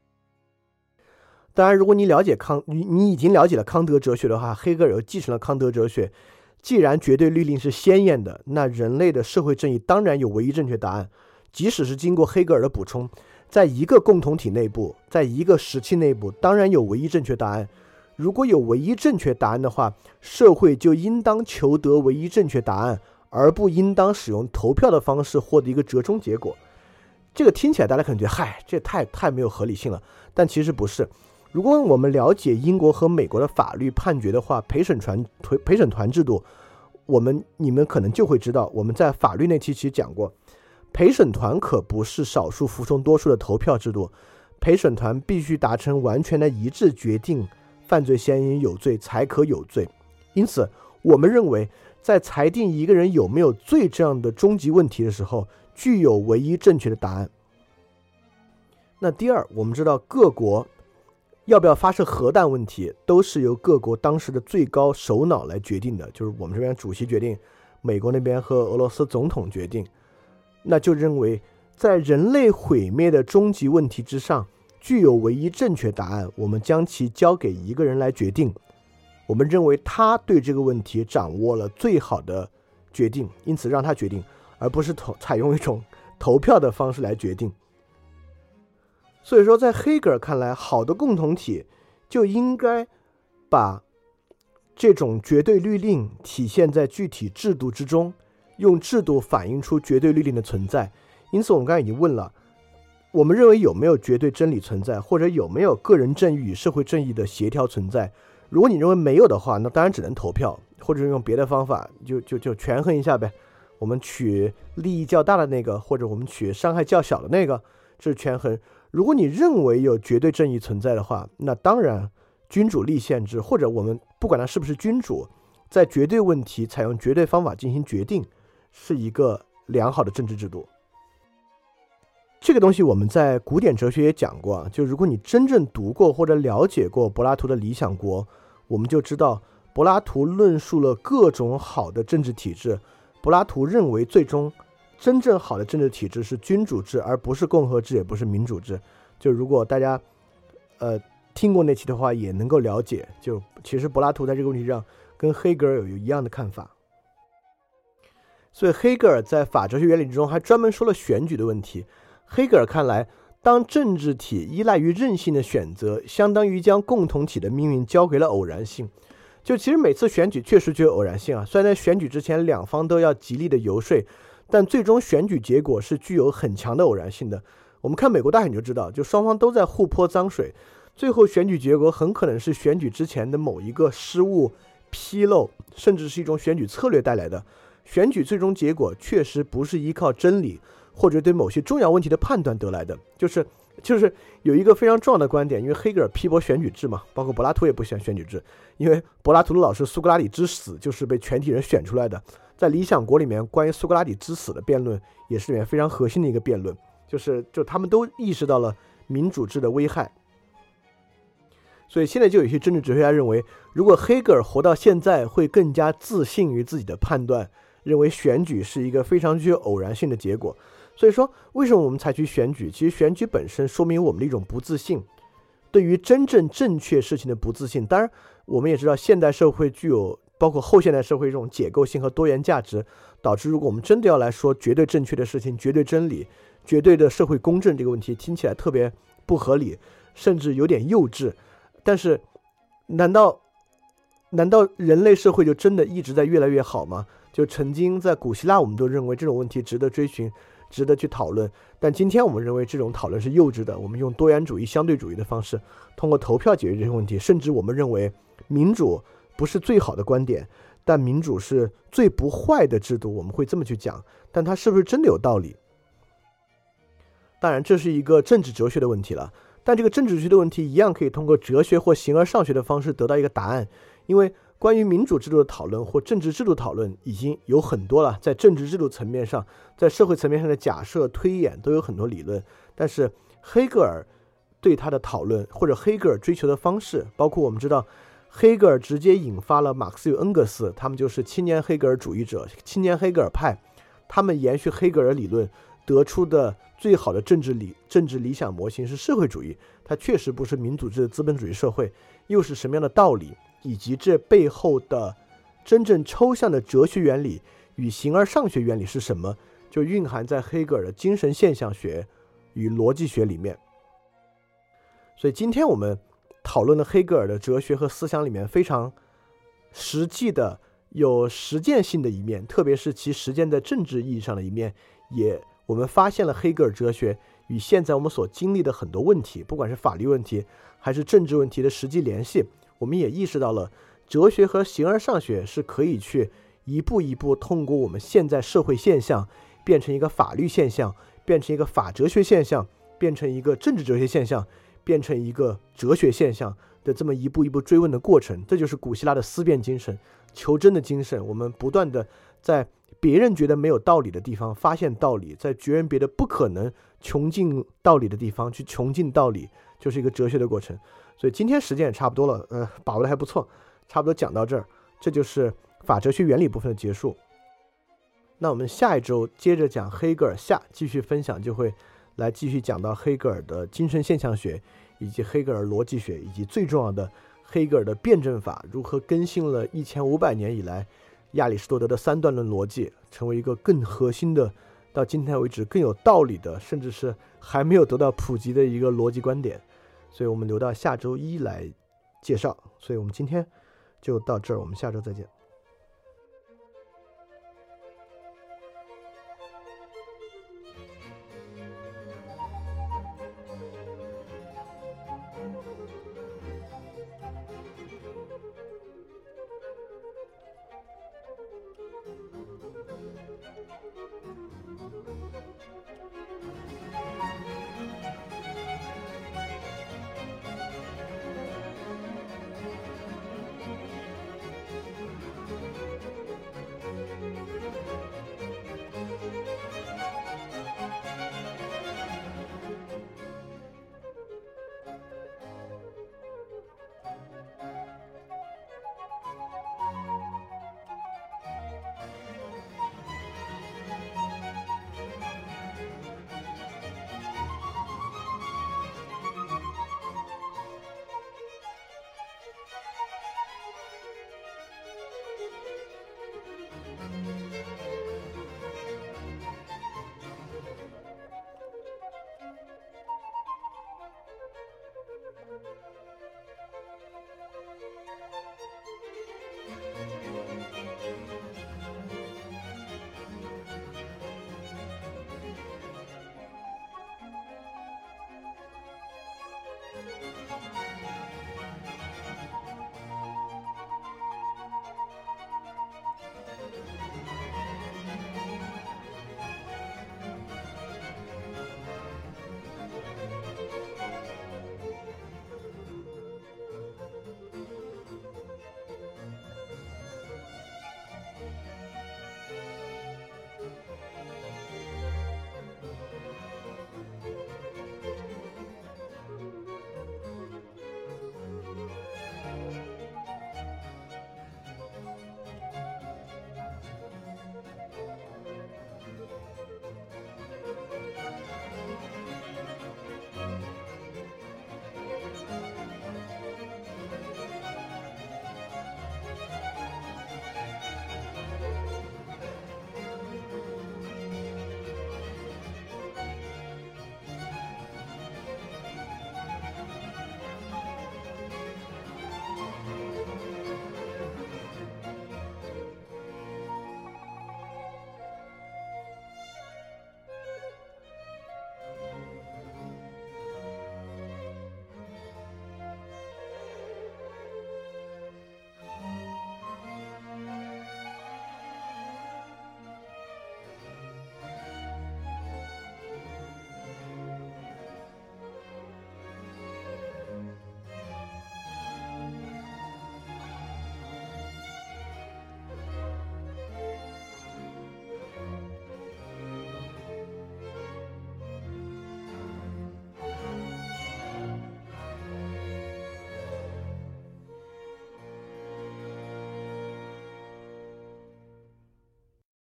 当然，如果你了解康，你你已经了解了康德哲学的话，黑格尔又继承了康德哲学。既然绝对律令是鲜艳的，那人类的社会正义当然有唯一正确答案。即使是经过黑格尔的补充，在一个共同体内部，在一个时期内部，当然有唯一正确答案。如果有唯一正确答案的话，社会就应当求得唯一正确答案，而不应当使用投票的方式获得一个折中结果。这个听起来大家可能觉得，嗨，这太太没有合理性了，但其实不是。如果我们了解英国和美国的法律判决的话，陪审团陪审团制度，我们你们可能就会知道，我们在法律那期其实讲过，陪审团可不是少数服从多数的投票制度，陪审团必须达成完全的一致决定犯罪嫌疑人有罪才可有罪。因此我们认为，在裁定一个人有没有罪这样的终极问题的时候，具有唯一正确的答案。那第二，我们知道各国要不要发射核弹问题都是由各国当时的最高首脑来决定的，就是我们这边主席决定，美国那边和俄罗斯总统决定。那就认为在人类毁灭的终极问题之上，具有唯一正确答案，我们将其交给一个人来决定。我们认为他对这个问题掌握了最好的决定，因此让他决定，而不是投采用一种投票的方式来决定。所以说在黑格尔看来，好的共同体就应该把这种绝对律令体现在具体制度之中，用制度反映出绝对律令的存在。因此我们刚才已经问了，我们认为有没有绝对真理存在，或者有没有个人正义与社会正义的协调存在。如果你认为没有的话，那当然只能投票，或者用别的方法就就就权衡一下呗。我们取利益较大的那个，或者我们取伤害较小的那个，这是权衡。如果你认为有绝对正义存在的话，那当然君主立宪制，或者我们不管它是不是君主，在绝对问题采用绝对方法进行决定，是一个良好的政治制度。这个东西我们在古典哲学也讲过，就如果你真正读过或者了解过柏拉图的理想国，我们就知道柏拉图论述了各种好的政治体制。柏拉图认为最终真正好的政治体制是君主制，而不是共和制，也不是民主制。就如果大家呃听过那期的话，也能够了解，就其实柏拉图在这个问题上跟黑格尔有一样的看法。所以黑格尔在法哲学原理之中还专门说了选举的问题。黑格尔看来，当政治体依赖于任性的选择，相当于将共同体的命运交给了偶然性。就其实每次选举确实具有偶然性啊，虽然在选举之前两方都要极力的游说，但最终选举结果是具有很强的偶然性的。我们看美国大选就知道，就双方都在互泼脏水，最后选举结果很可能是选举之前的某一个失误、纰漏，甚至是一种选举策略带来的。选举最终结果确实不是依靠真理或者对某些重要问题的判断得来的，就是就是有一个非常重要的观点，因为黑格尔批驳选举制嘛，包括柏拉图也不喜欢选举制，因为柏拉图的老师苏格拉底之死就是被全体人选出来的。在理想国里面，关于苏格拉底之死的辩论也是里面非常核心的一个辩论，就是就他们都意识到了民主制的危害。所以现在就有一些政治哲学家认为，如果黑格尔活到现在，会更加自信于自己的判断，认为选举是一个非常具有偶然性的结果。所以说为什么我们采取选举，其实选举本身说明我们的一种不自信，对于真正正确事情的不自信。当然我们也知道现代社会具有包括后现代社会这种解构性和多元价值，导致如果我们真的要来说绝对正确的事情、绝对真理、绝对的社会公正这个问题，听起来特别不合理，甚至有点幼稚。但是难道难道人类社会就真的一直在越来越好吗？就曾经在古希腊我们都认为这种问题值得追寻，值得去讨论，但今天我们认为这种讨论是幼稚的。我们用多元主义、相对主义的方式，通过投票解决这些问题。甚至我们认为民主不是最好的观点，但民主是最不坏的制度，我们会这么去讲。但它是不是真的有道理？当然这是一个政治哲学的问题了，但这个政治哲学的问题一样可以通过哲学或形而上学的方式得到一个答案。因为关于民主制度的讨论或政治制度讨论已经有很多了，在政治制度层面上，在社会层面上的假设推演都有很多理论。但是黑格尔对他的讨论，或者黑格尔追求的方式，包括我们知道黑格尔直接引发了马克思与恩格斯，他们就是青年黑格尔主义者、青年黑格尔派，他们延续黑格尔理论得出的最好的政治理政治理想模型是社会主义。它确实不是民主制的资本主义社会，又是什么样的道理，以及这背后的真正抽象的哲学原理与形而上学原理是什么，就蕴含在黑格尔的精神现象学与逻辑学里面。所以今天我们讨论的黑格尔的哲学和思想里面非常实际的有实践性的一面，特别是其实践在政治意义上的一面，也我们发现了黑格尔哲学与现在我们所经历的很多问题，不管是法律问题还是政治问题的实际联系。我们也意识到了哲学和形而上学是可以去一步一步通过我们现在社会现象变成一个法律现象，变成一个法哲学现象，变成一个政治哲学现象，变成一个哲学现象的这么一步一步追问的过程。这就是古希腊的思辨精神、求真的精神。我们不断的在别人觉得没有道理的地方发现道理，在别人别的不可能穷尽道理的地方去穷尽道理，就是一个哲学的过程。所以今天时间也差不多了，呃，把握的还不错，差不多讲到这儿，这就是法哲学原理部分的结束。 那我们下一周接着讲黑格尔下，继续分享，就会来继续讲到黑格尔的精神现象学，以及黑格尔逻辑学，以及最重要的黑格尔的辩证法如何更新了一千五百年以来亚里士多德的三段论逻辑，成为一个更核心的，到今天为止更有道理的，甚至是还没有得到普及的一个逻辑观点。所以我们留到下周一来介绍。所以我们今天就到这儿，我们下周再见。